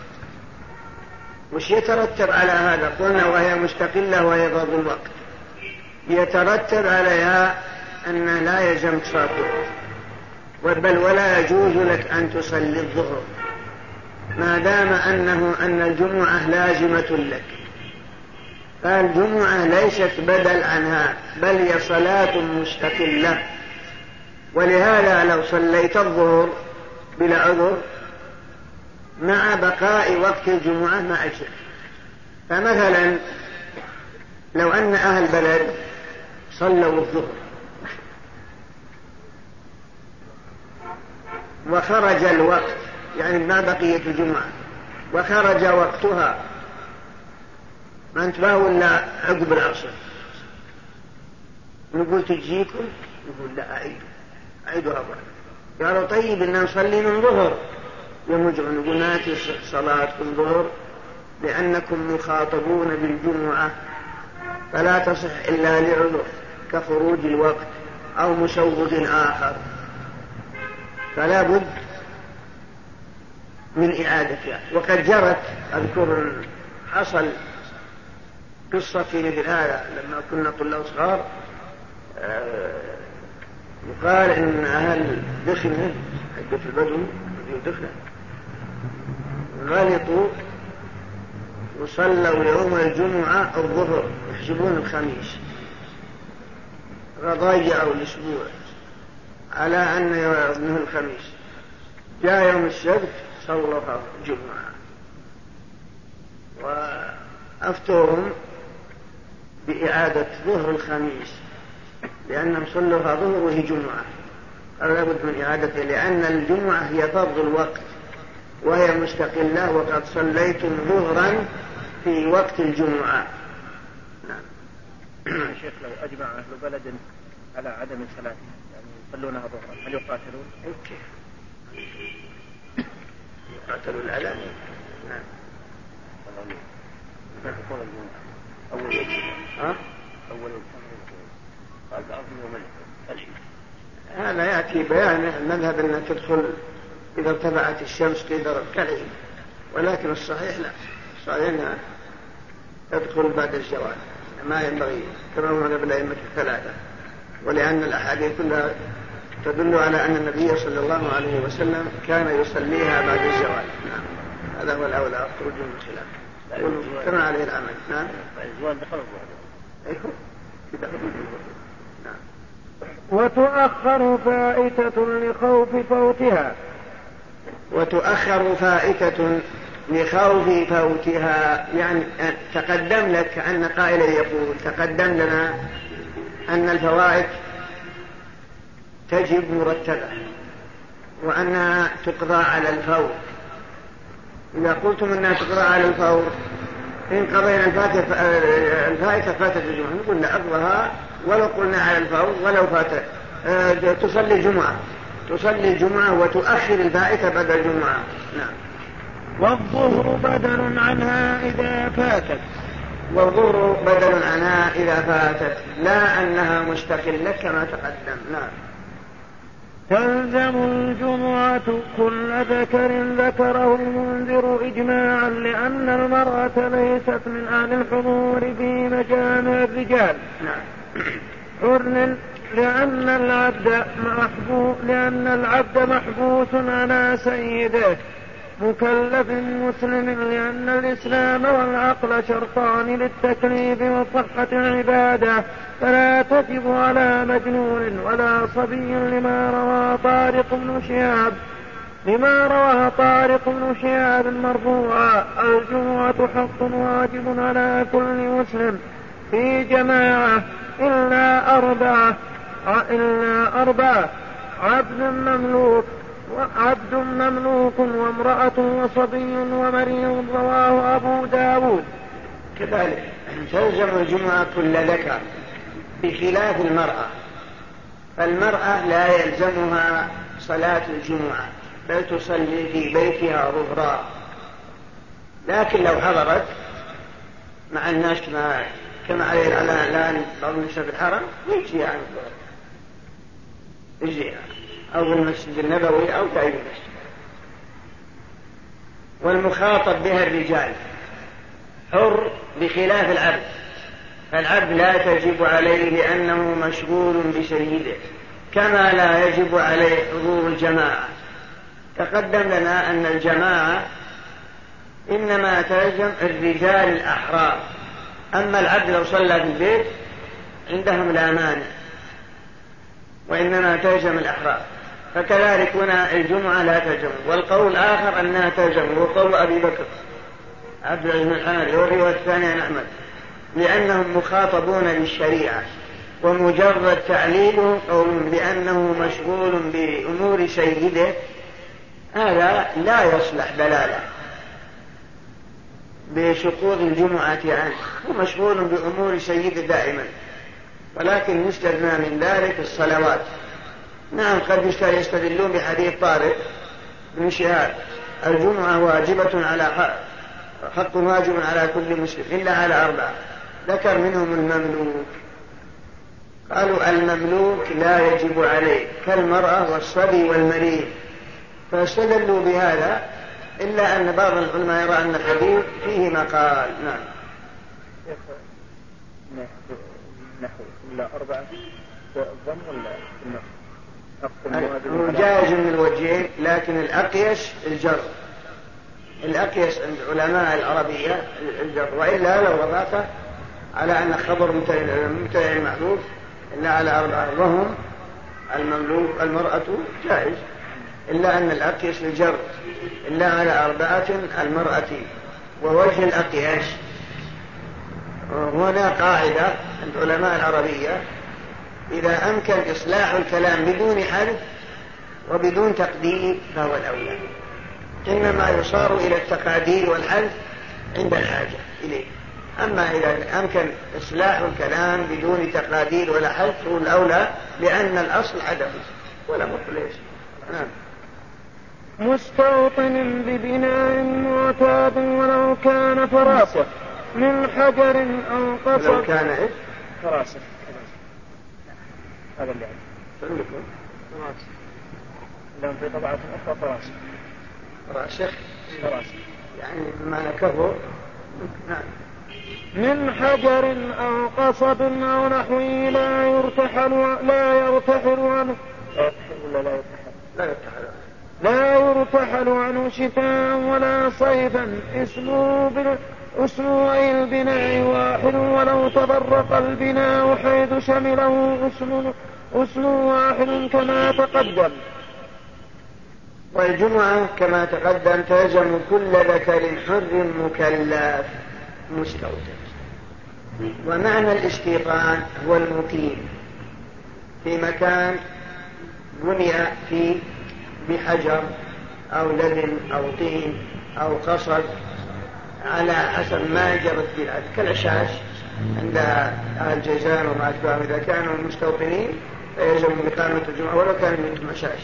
وش يترتب على هذا؟ قلنا وهي مستقلة وهي فرض الوقت، يترتب عليها أن لا يلزم تصلي، بل ولا يجوز لك أن تصلي الظهر ما دام أنه أن الجمعة لازمة لك. فالجمعة ليست بدل عنها، بل هي صلاة مستقلة. ولهذا لو صليت الظهر بلا عذر مع بقاء وقت الجمعة ما أجزأ. فمثلا لو أن أهل بلد صلوا الظهر وخرج الوقت، يعني ما بقية الجمعة وخرج وقتها، ما انتبهوا إلا عقب العصر، نقول تجيكم؟ نقول لا أعيدوا أعيدوا أبدا. قالوا طيب إننا نصلي من ظهر، يمجعوا نقول ناتي صلاتكم ظهر لأنكم مخاطبون بالجمعة، فلا تصح إلا لعذر كخروج الوقت أو مسوغ آخر فلا بد من إعادتها. وقد جرت، أذكر حصل قصة في مثل هذا لما كنا طلاب صغار، يقال إن أهل دخنة حقة البدو دخنة غلطوا وصلوا يوم الجمعة الظهر يحسبون الخميس، فضيعوا الأسبوع على أن يوم الخميس. جاء يوم السبت صلوا الجمعة وأفتوهم بإعادة ظهر الخميس لأنهم صلوها ظهر وهي جمعة، قال لابد من إعادتها لأن الجمعة هي فرض الوقت وهي مستقلة، وقد صليتم ظهرا في وقت الجمعة. نعم. شيخ لو أجمع أهل بلد على عدم صلاتها يعني يصلونها ظهرا هل يقاتلون؟ كيف يقاتلوا الأذان؟ نعم. أول ها؟ أول قال بعض يوم هذا يأتي بيان المذهب أن تدخل إذا ارتفعت الشمس قدر كالعيد، ولكن الصحيح لا، صحيح أنها تدخل بعد الزوال ما ينبغي كما هو قبل الأئمة الثلاثة، ولأن الأحاديث كلها تدل على أن النبي صلى الله عليه وسلم كان يصليها بعد الزوال. نعم. هذا هو الأولى خروج من الخلاف كما عليه العمل. نعم. الزوال دخل أيكم كده. نعم. وتؤخر فائتة لخوف فوتها وتؤخر فائتة لخوف فوتها، يعني تقدم لك أن قائلا يقول تقدم لنا أن الفوائت تجب مرتبة وأنها تقضى على الفور. إذا قلتم أنها تقضى على الفور إن قضينا الفائتة فاتت الجمعة نقول لأقضها ولو قلنا على الفور ولو فاتت. أه تصلي الجمعة تصلي الجمعة وتؤخر الفائتة بعد الجمعة. نعم. والظهر بدل عنها إذا فاتت والظهر بدل عنها إذا فاتت لا أنها مستقلة كما تقدم. نعم. تلزم الجمعة كل ذكر ذكره المنذر إجماعا لأن المرأة ليست من أهل الحضور في مجامع الرجال. نعم. حر لأن العبد محبوس لأن العبد محبوس على سيده مكلف مسلم، لأن الإسلام والعقل شرطان للتكليف وصحة العبادة، فلا تجب على مجنون ولا صبي لما روى طارق بن شهاب لما روى طارق بن شهاب مرفوعا: الجمعة حق واجب على كل مسلم في جماعة إلا أربعة إلا أربعة عبد مملوك وعبد مملوك وامرأة وصبي ومريض. رواه أبو داود. كذلك تلزم الجمعة كل ذكر بخلاف المرأة، فالمرأة لا يلزمها صلاة الجمعة بل تصلي في بيتها ظهرا، لكن لو حضرت مع الناس كما كما عليه الآن بعض النساء في الحرم يجزي عن يجزيها أو بالمسجد النبوي أو غير المسجد. والمخاطب بها الرجال حر بخلاف العبد، فالعبد لا تجب عليه لأنه مشغول بسيده، كما لا يجب عليه حضور الجماعة. تقدم لنا أن الجماعة إنما تلزم الرجال الأحرار، أما العبد لو صلى في البيت عندهم لا مانع، وإنما تلزم الأحرار. فكذلك هنا الجمعة لا تلزم. والقول الآخر أنها تلزم هو قول أبي بكر عبد العزيز بن الحنبلي والرواية الثانية عن أحمد، لأنهم مخاطبون بالشريعة، ومجرد تعليله قول بأنه مشغول بأمور سيده هذا لا يصلح دلالة بسقوط الجمعة عنه، هو مشغول بأمور سيده دائما، ولكن يستثنى من ذلك الصلوات. نعم قد يستدلون بحديث طارق بن شهاب: الجمعة واجبة على حق, حق واجب على كل مسلم إلا على أربعة، ذكر منهم المملوك قالوا المملوك لا يجب عليه كالمرأة والصبي والمريض، فاستدلوا بهذا، إلا أن بعض العلماء يرى أن الحديث فيه مقال. نعم. نحو إلا أربعة الضم هو ولا جائز من الوجهين، لكن الأقيس الجر، الأقيس عند علماء العربية الجر، وإلا لو رفعته على أن خبر مبتدأ محذوف إلا على أربعة وهم المملوك المرأة جائز، إلا أن الأقيس الجر إلا على أربعة المرأة. ووجه الأقياس هنا قاعدة عند علماء العربية: إذا أمكن إصلاح الكلام بدون حذف وبدون تقدير فهو الأولى، إنما يصار إلى التقادير والحذف عند الحاجة إليه. أما إذا أمكن إصلاح الكلام بدون تقادير ولا حذف هو الأولى، لأن الأصل عدمه ولا مخلص. نعم. مستوطن ببناء معتاد ولو كان فراسة من حجر أو قصب. لو كان إيه؟ فراسة. هذا اللي عندكم فراسة. لهم في طبعة أخرى فراسة. فراسة. فراسة. يعني ما كفر. نعم. من حجر أو قصب أو نحوه لا يرتحل لا يرتحل عنه ولا لا يرتحل لا يرتحل لا يرتحل عنه شتاء ولا صيفا. اسمه اسم البناء واحد ولو تفرق البناء حيث شمله اسم اسم واحد كما تقدم. والجمعة كما تقدم تلزم كل ذكر حر مكلف مستوطن. ومعنى الاستيطان هو المقيم في مكان بني فيه بحجر أو لبن أو طين أو قصب على حسب ما جرت بالعد، كالعشاش عند أهل جيزان وما أشبه. إذا كانوا مستوطنين فيجب إقامة الجمعة ولو كان منهم عشاش.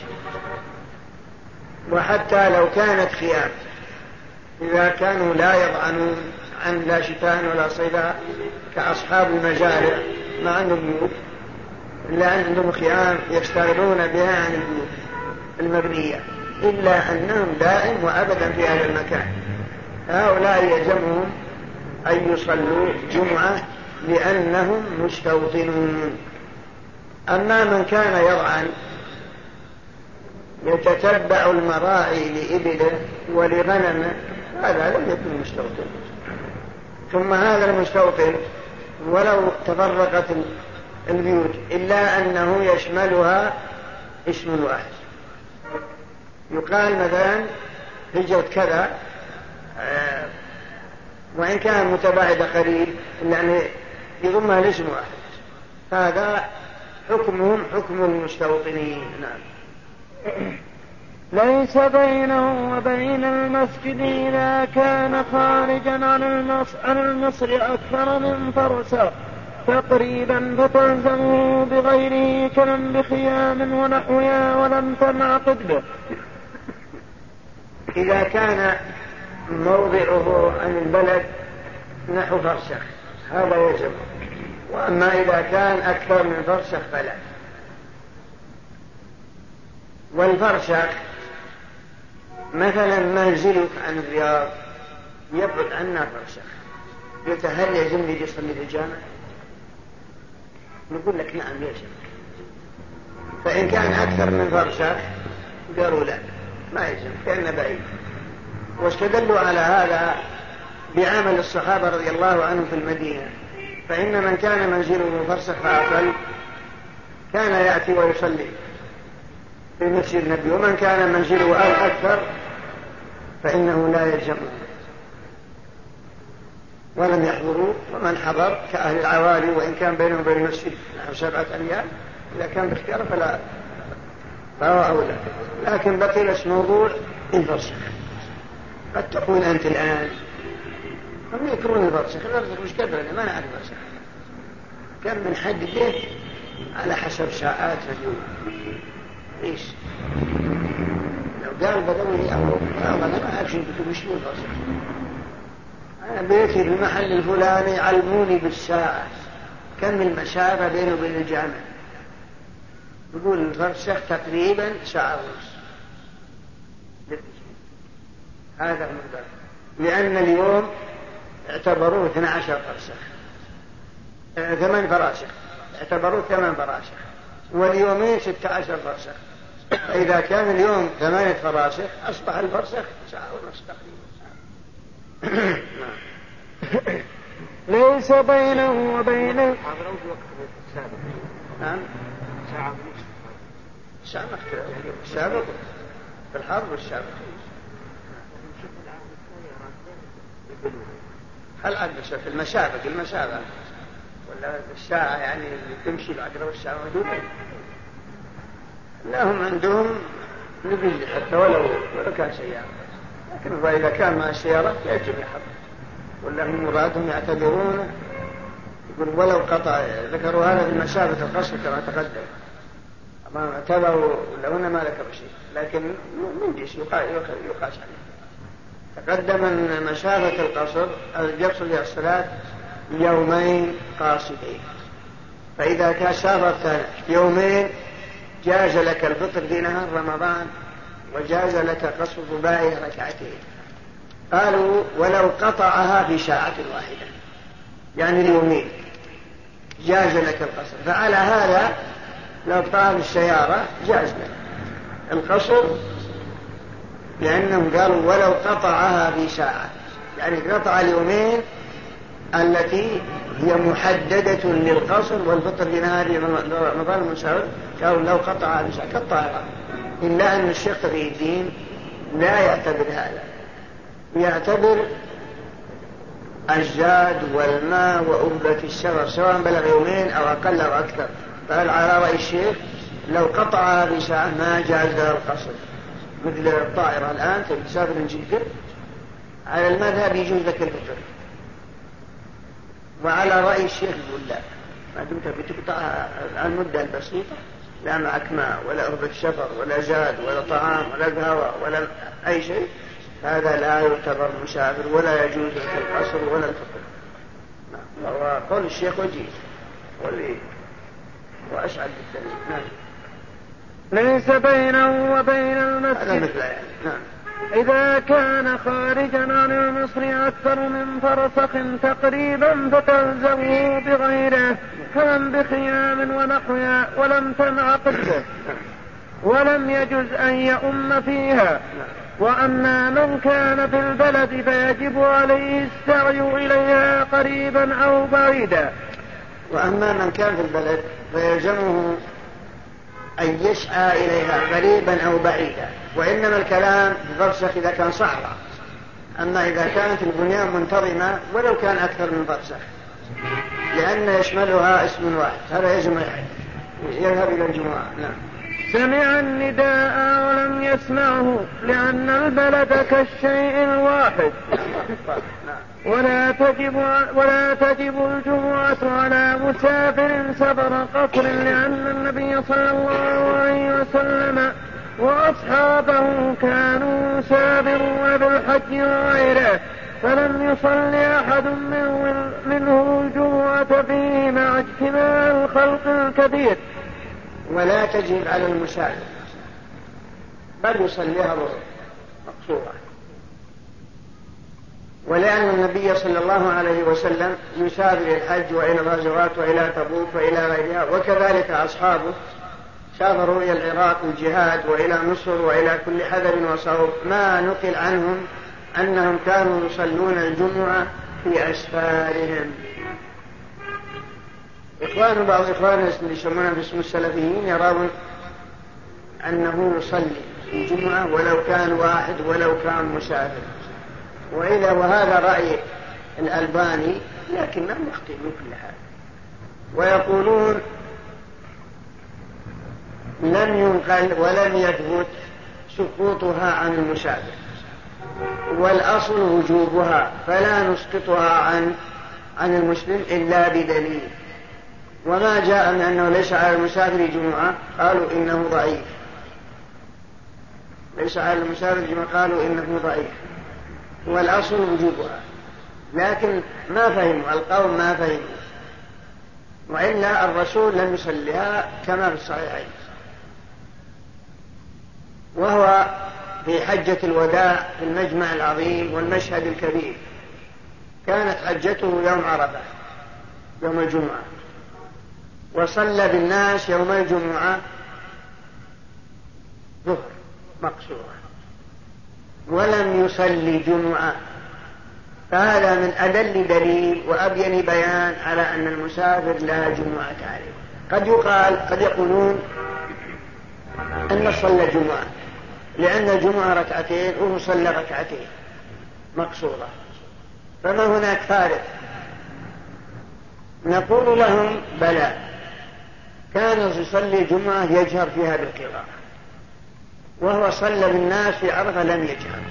وحتى لو كانت خيام، إذا كانوا لا يضعنون عن لا شتاء ولا صيدا كأصحاب المزارع ما عندهم بيوت إلا عندهم خيام يشتغلون بها عن البيوت المبنية، إلا أنهم دائم وأبدا في هذا المكان، هؤلاء يلزمهم أن يصلوا جمعة لأنهم مستوطنون. أما من كان يضعن يتتبع المراعي لإبله ولغنمه هذا لم يكن مستوطن. ثم هذا المستوطن ولو تفرقت البيوت إلا أنه يشملها اسم واحد، يقال مثلا هجرة كذا آه وإن كان متباعد قليل إلا أن يضمها الاسم واحد، هذا حكمهم حكم المستوطنين. نعم. ليس بينه وبين المسجد إذا كان خارجا عن المصر أكثر من فرسخ تقريبا فتلزمه بغيره كلم بخيام ونحوها ولم تنعقد به. إذا كان موضعه عن البلد نحو فرسخ هذا يجب، وأما إذا كان أكثر من فرسخ فلا. والفرسخ مثلا منزلك عن الرياض يبعد عنا فرسخ، يتهل يجب لي يصلي في الجامع؟ نقول لك نعم يجب. فإن كان أكثر من فرسخ قالوا لا ما يجب كأنه بعيد، واستدلوا على هذا بعمل الصحابة رضي الله عنهم في المدينة، فإن من كان منزله فرسخ فأقل كان يأتي ويصلي في مسجد النبي، ومن كان منزله أكثر فإنه لا يلزمه ولم يحضروا. ومن حضر كأهل العوالي وإن كان بينهم وبين المسجد نحو سبعة أميال إذا كان باختيار فلا فهو أولى. لكن بقي لس موضوع الفرسخ. قد تقول أنت الآن هم يكرون الفرسخ، الفرسخ مش كبير ما نعرف الفرسخ كم من حدده على حسب ساعات اليوم. إيش لو قال بدوي أو أنا ما أعرف شو بتقول شو الفرسخ، أنا بيتي بالمحل الفلاني علموني بالساعة كم المسافة بينه وبين الجامع؟ يقول الفرسخ تقريبا ساعة ونص. هذا هو الباب، لأن اليوم اعتبروه اثنا عشر فرسخ، ثمان فراسخ، اعتبروه ثمان فراسخ، واليومين ستة عشر فرسخ. فإذا كان اليوم ثمانية فراسخ أصبح الفرسخ ساعة ونص تقريبا. ليس بينه وبين نعم ساعة ونصف ساعة مختلف السابق في الحرب والسابق. هل عاد في المسابق المسابق ولا الساعة يعني اللي تمشي العقرب والساعة مهدودة؟ لا هم عندهم نبي حتى ولو ولو كان سيارة، لكن إذا كان مع السيارة يجب الحظ. ولا هم مرادهم يعتبرون يقول ولو قطع، ذكروا هذا في مسافة القصر كما تقدم، ما اعتبروا لو ما ذكروا شيء، لكن من جيش يقاس عليه. تقدم أن مسافة القصر يقصد إلى الصلاة يومين قاصدين، فإذا كان سافرت يومين جاز لك الفطر في نهار رمضان وجاز لك قصر رباعي ركعتين. قالوا ولو قطعها في ساعة واحدة يعني اليومين جاز لك القصر. فعلى هذا لو طال السيارة جاز لك القصر، لأنهم قالوا ولو قطعها في ساعة، يعني قطع اليومين التي هي محددة للقصر والفطر في نهار رمضان المساوي، قالوا لو قطعها في ساعة كالطائرة. إلا أن الشيخ تقي الدين لا يعتبر هذا، يعتبر الزاد والماء وأهبة السفر سواء بلغ يومين أو أقل أو أكثر. فقال على رأي الشيخ لو قطعها في ساعة ما جاز لها القصر، مثل الطائرة الآن تسافر من جدة على المذهب يجوز لك الفطر. وعلى رأي الشيخ يقول لا، ما دمت بتقطعها المدة البسيطة لا معك ماء ولا أهبة سفر ولا زاد ولا طعام ولا هواء ولا أي شيء، هذا لا يعتبر مسافر ولا يجوز لك القصر ولا الفطر. وهو قول الشيخ وجيز واللي وأسعد بالدليل. نعم. ليس بينه وبين المسجد يعني. نعم. إذا كان خارجا عن المصر أكثر من فرسخ تقريبا فتلزمه بغيره كان بخيام ونحوها ولم تنعقد به ولم يجز أن يؤم فيها. وأما من كان في البلد فيجب عليه السعي إليها قريبا أو بعيدا. وأما من كان في البلد فيلزمه أن يسعى إليها قريبا أو بعيدا، وإنما الكلام فرسخ إذا كان صحراء. أما إذا كانت البنيان منتظمة ولو كان أكثر من فرسخ لأن يشملها اسم واحد هذا يجمع يذهب إلى الجمعة. نعم. سمع النداء ولم يسمعه لأن البلد كالشيء الواحد. ولا تجب ولا تجب الجمعة على مسافر سفر قصر، لأن النبي صلى الله عليه وسلم وأصحابه كانوا سافرون بالحج وغيره، فلم يصلي أحد منه الجمعة فيه مع اجتماع الخلق الكثير. ولا تجب على المسافر بل يصليها مقصورة، ولأن النبي صلى الله عليه وسلم يسافر الحج وإلى الغزوات وإلى تبوك وإلى غيرها، وكذلك أصحابه سافروا إلى العراق الجهاد وإلى مصر وإلى كل حذر وصوب. ما نقل عنهم أنهم كانوا يصلون الجمعة في أسفارهم. إخوان بعض إخواننا اللي يسمونهم باسم السلفيين يرون أنه يصلي الجمعة ولو كان واحد ولو كان مسافر، وإذا وهذا رأي الألباني لكنه يخطئ من كل حال. ويقولون لم ينقل ولم يثبت سقوطها عن المسافر، والأصل وجوبها، فلا نسقطها عن عن المسلم إلا بدليل. وما جاء من أنه ليس على المسافر جمعة قالوا إنه ضعيف، ليس على المسافر جمعة قالوا إنه ضعيف، والأصل وجوبها. لكن ما فهموا القوم ما فهموا وإلا الرسول لم يصليها كما في الصحيحين. وهو في حجة الوداع في المجمع العظيم والمشهد الكبير، كانت حجته يوم عرفة يوم الجمعة، وصلى بالناس يوم الجمعة ظهر مقصورة ولم يصلي جمعة. فهذا من أدل دليل وأبين بيان على أن المسافر لا جمعة عليه. قد يقال قد يقولون أن صلى جمعة لأن الجمعة ركعتين وهو صلى ركعتين مقصورة، فما هناك فارق. نقول لهم بلى، كان يصلي جمعة يجهر فيها بالقراءة، وهو صلى بالناس في عرفة لم يجهر.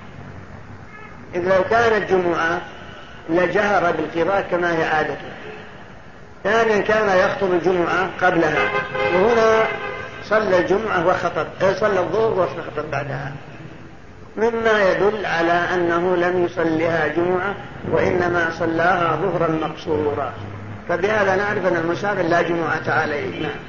إذ لو كانت جمعة لجهر بالقراءة كما هي عادته. ثانيا كان يخطب الجمعة قبلها، وهنا صلى الجمعة وخطب، صلى الظهر وخطب بعدها، مما يدل على أنه لم يصليها جمعة وإنما صلاها ظهرا مقصورا. فبهذا نعرف أن المسافر لا جمعة عليه. نعم.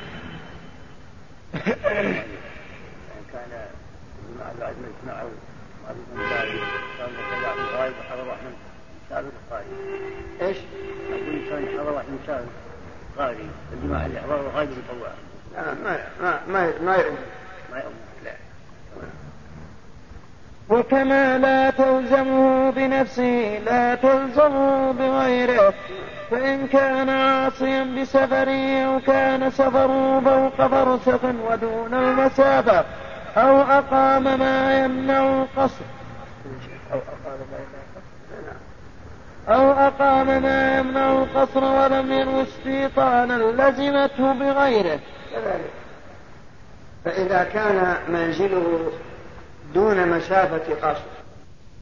ايش؟ أقول كان حضر واحد مسافر غالي الجماعة اللي حضروا غالي مطوع. لا ما ما ما ما يؤمن ما يؤمن لا. وكما لا تلزمه بنفسه لا تلزمه بغيره، فإن كان عاصيا بسفره أو كان سفره فوق فرسخ ودون المسافة أو أقام ما يمنع القصر أو أقام ما يمنع القصر ولم ينو استيطانا لزمته بغيره. فإذا كان منزله دون مسافة قصر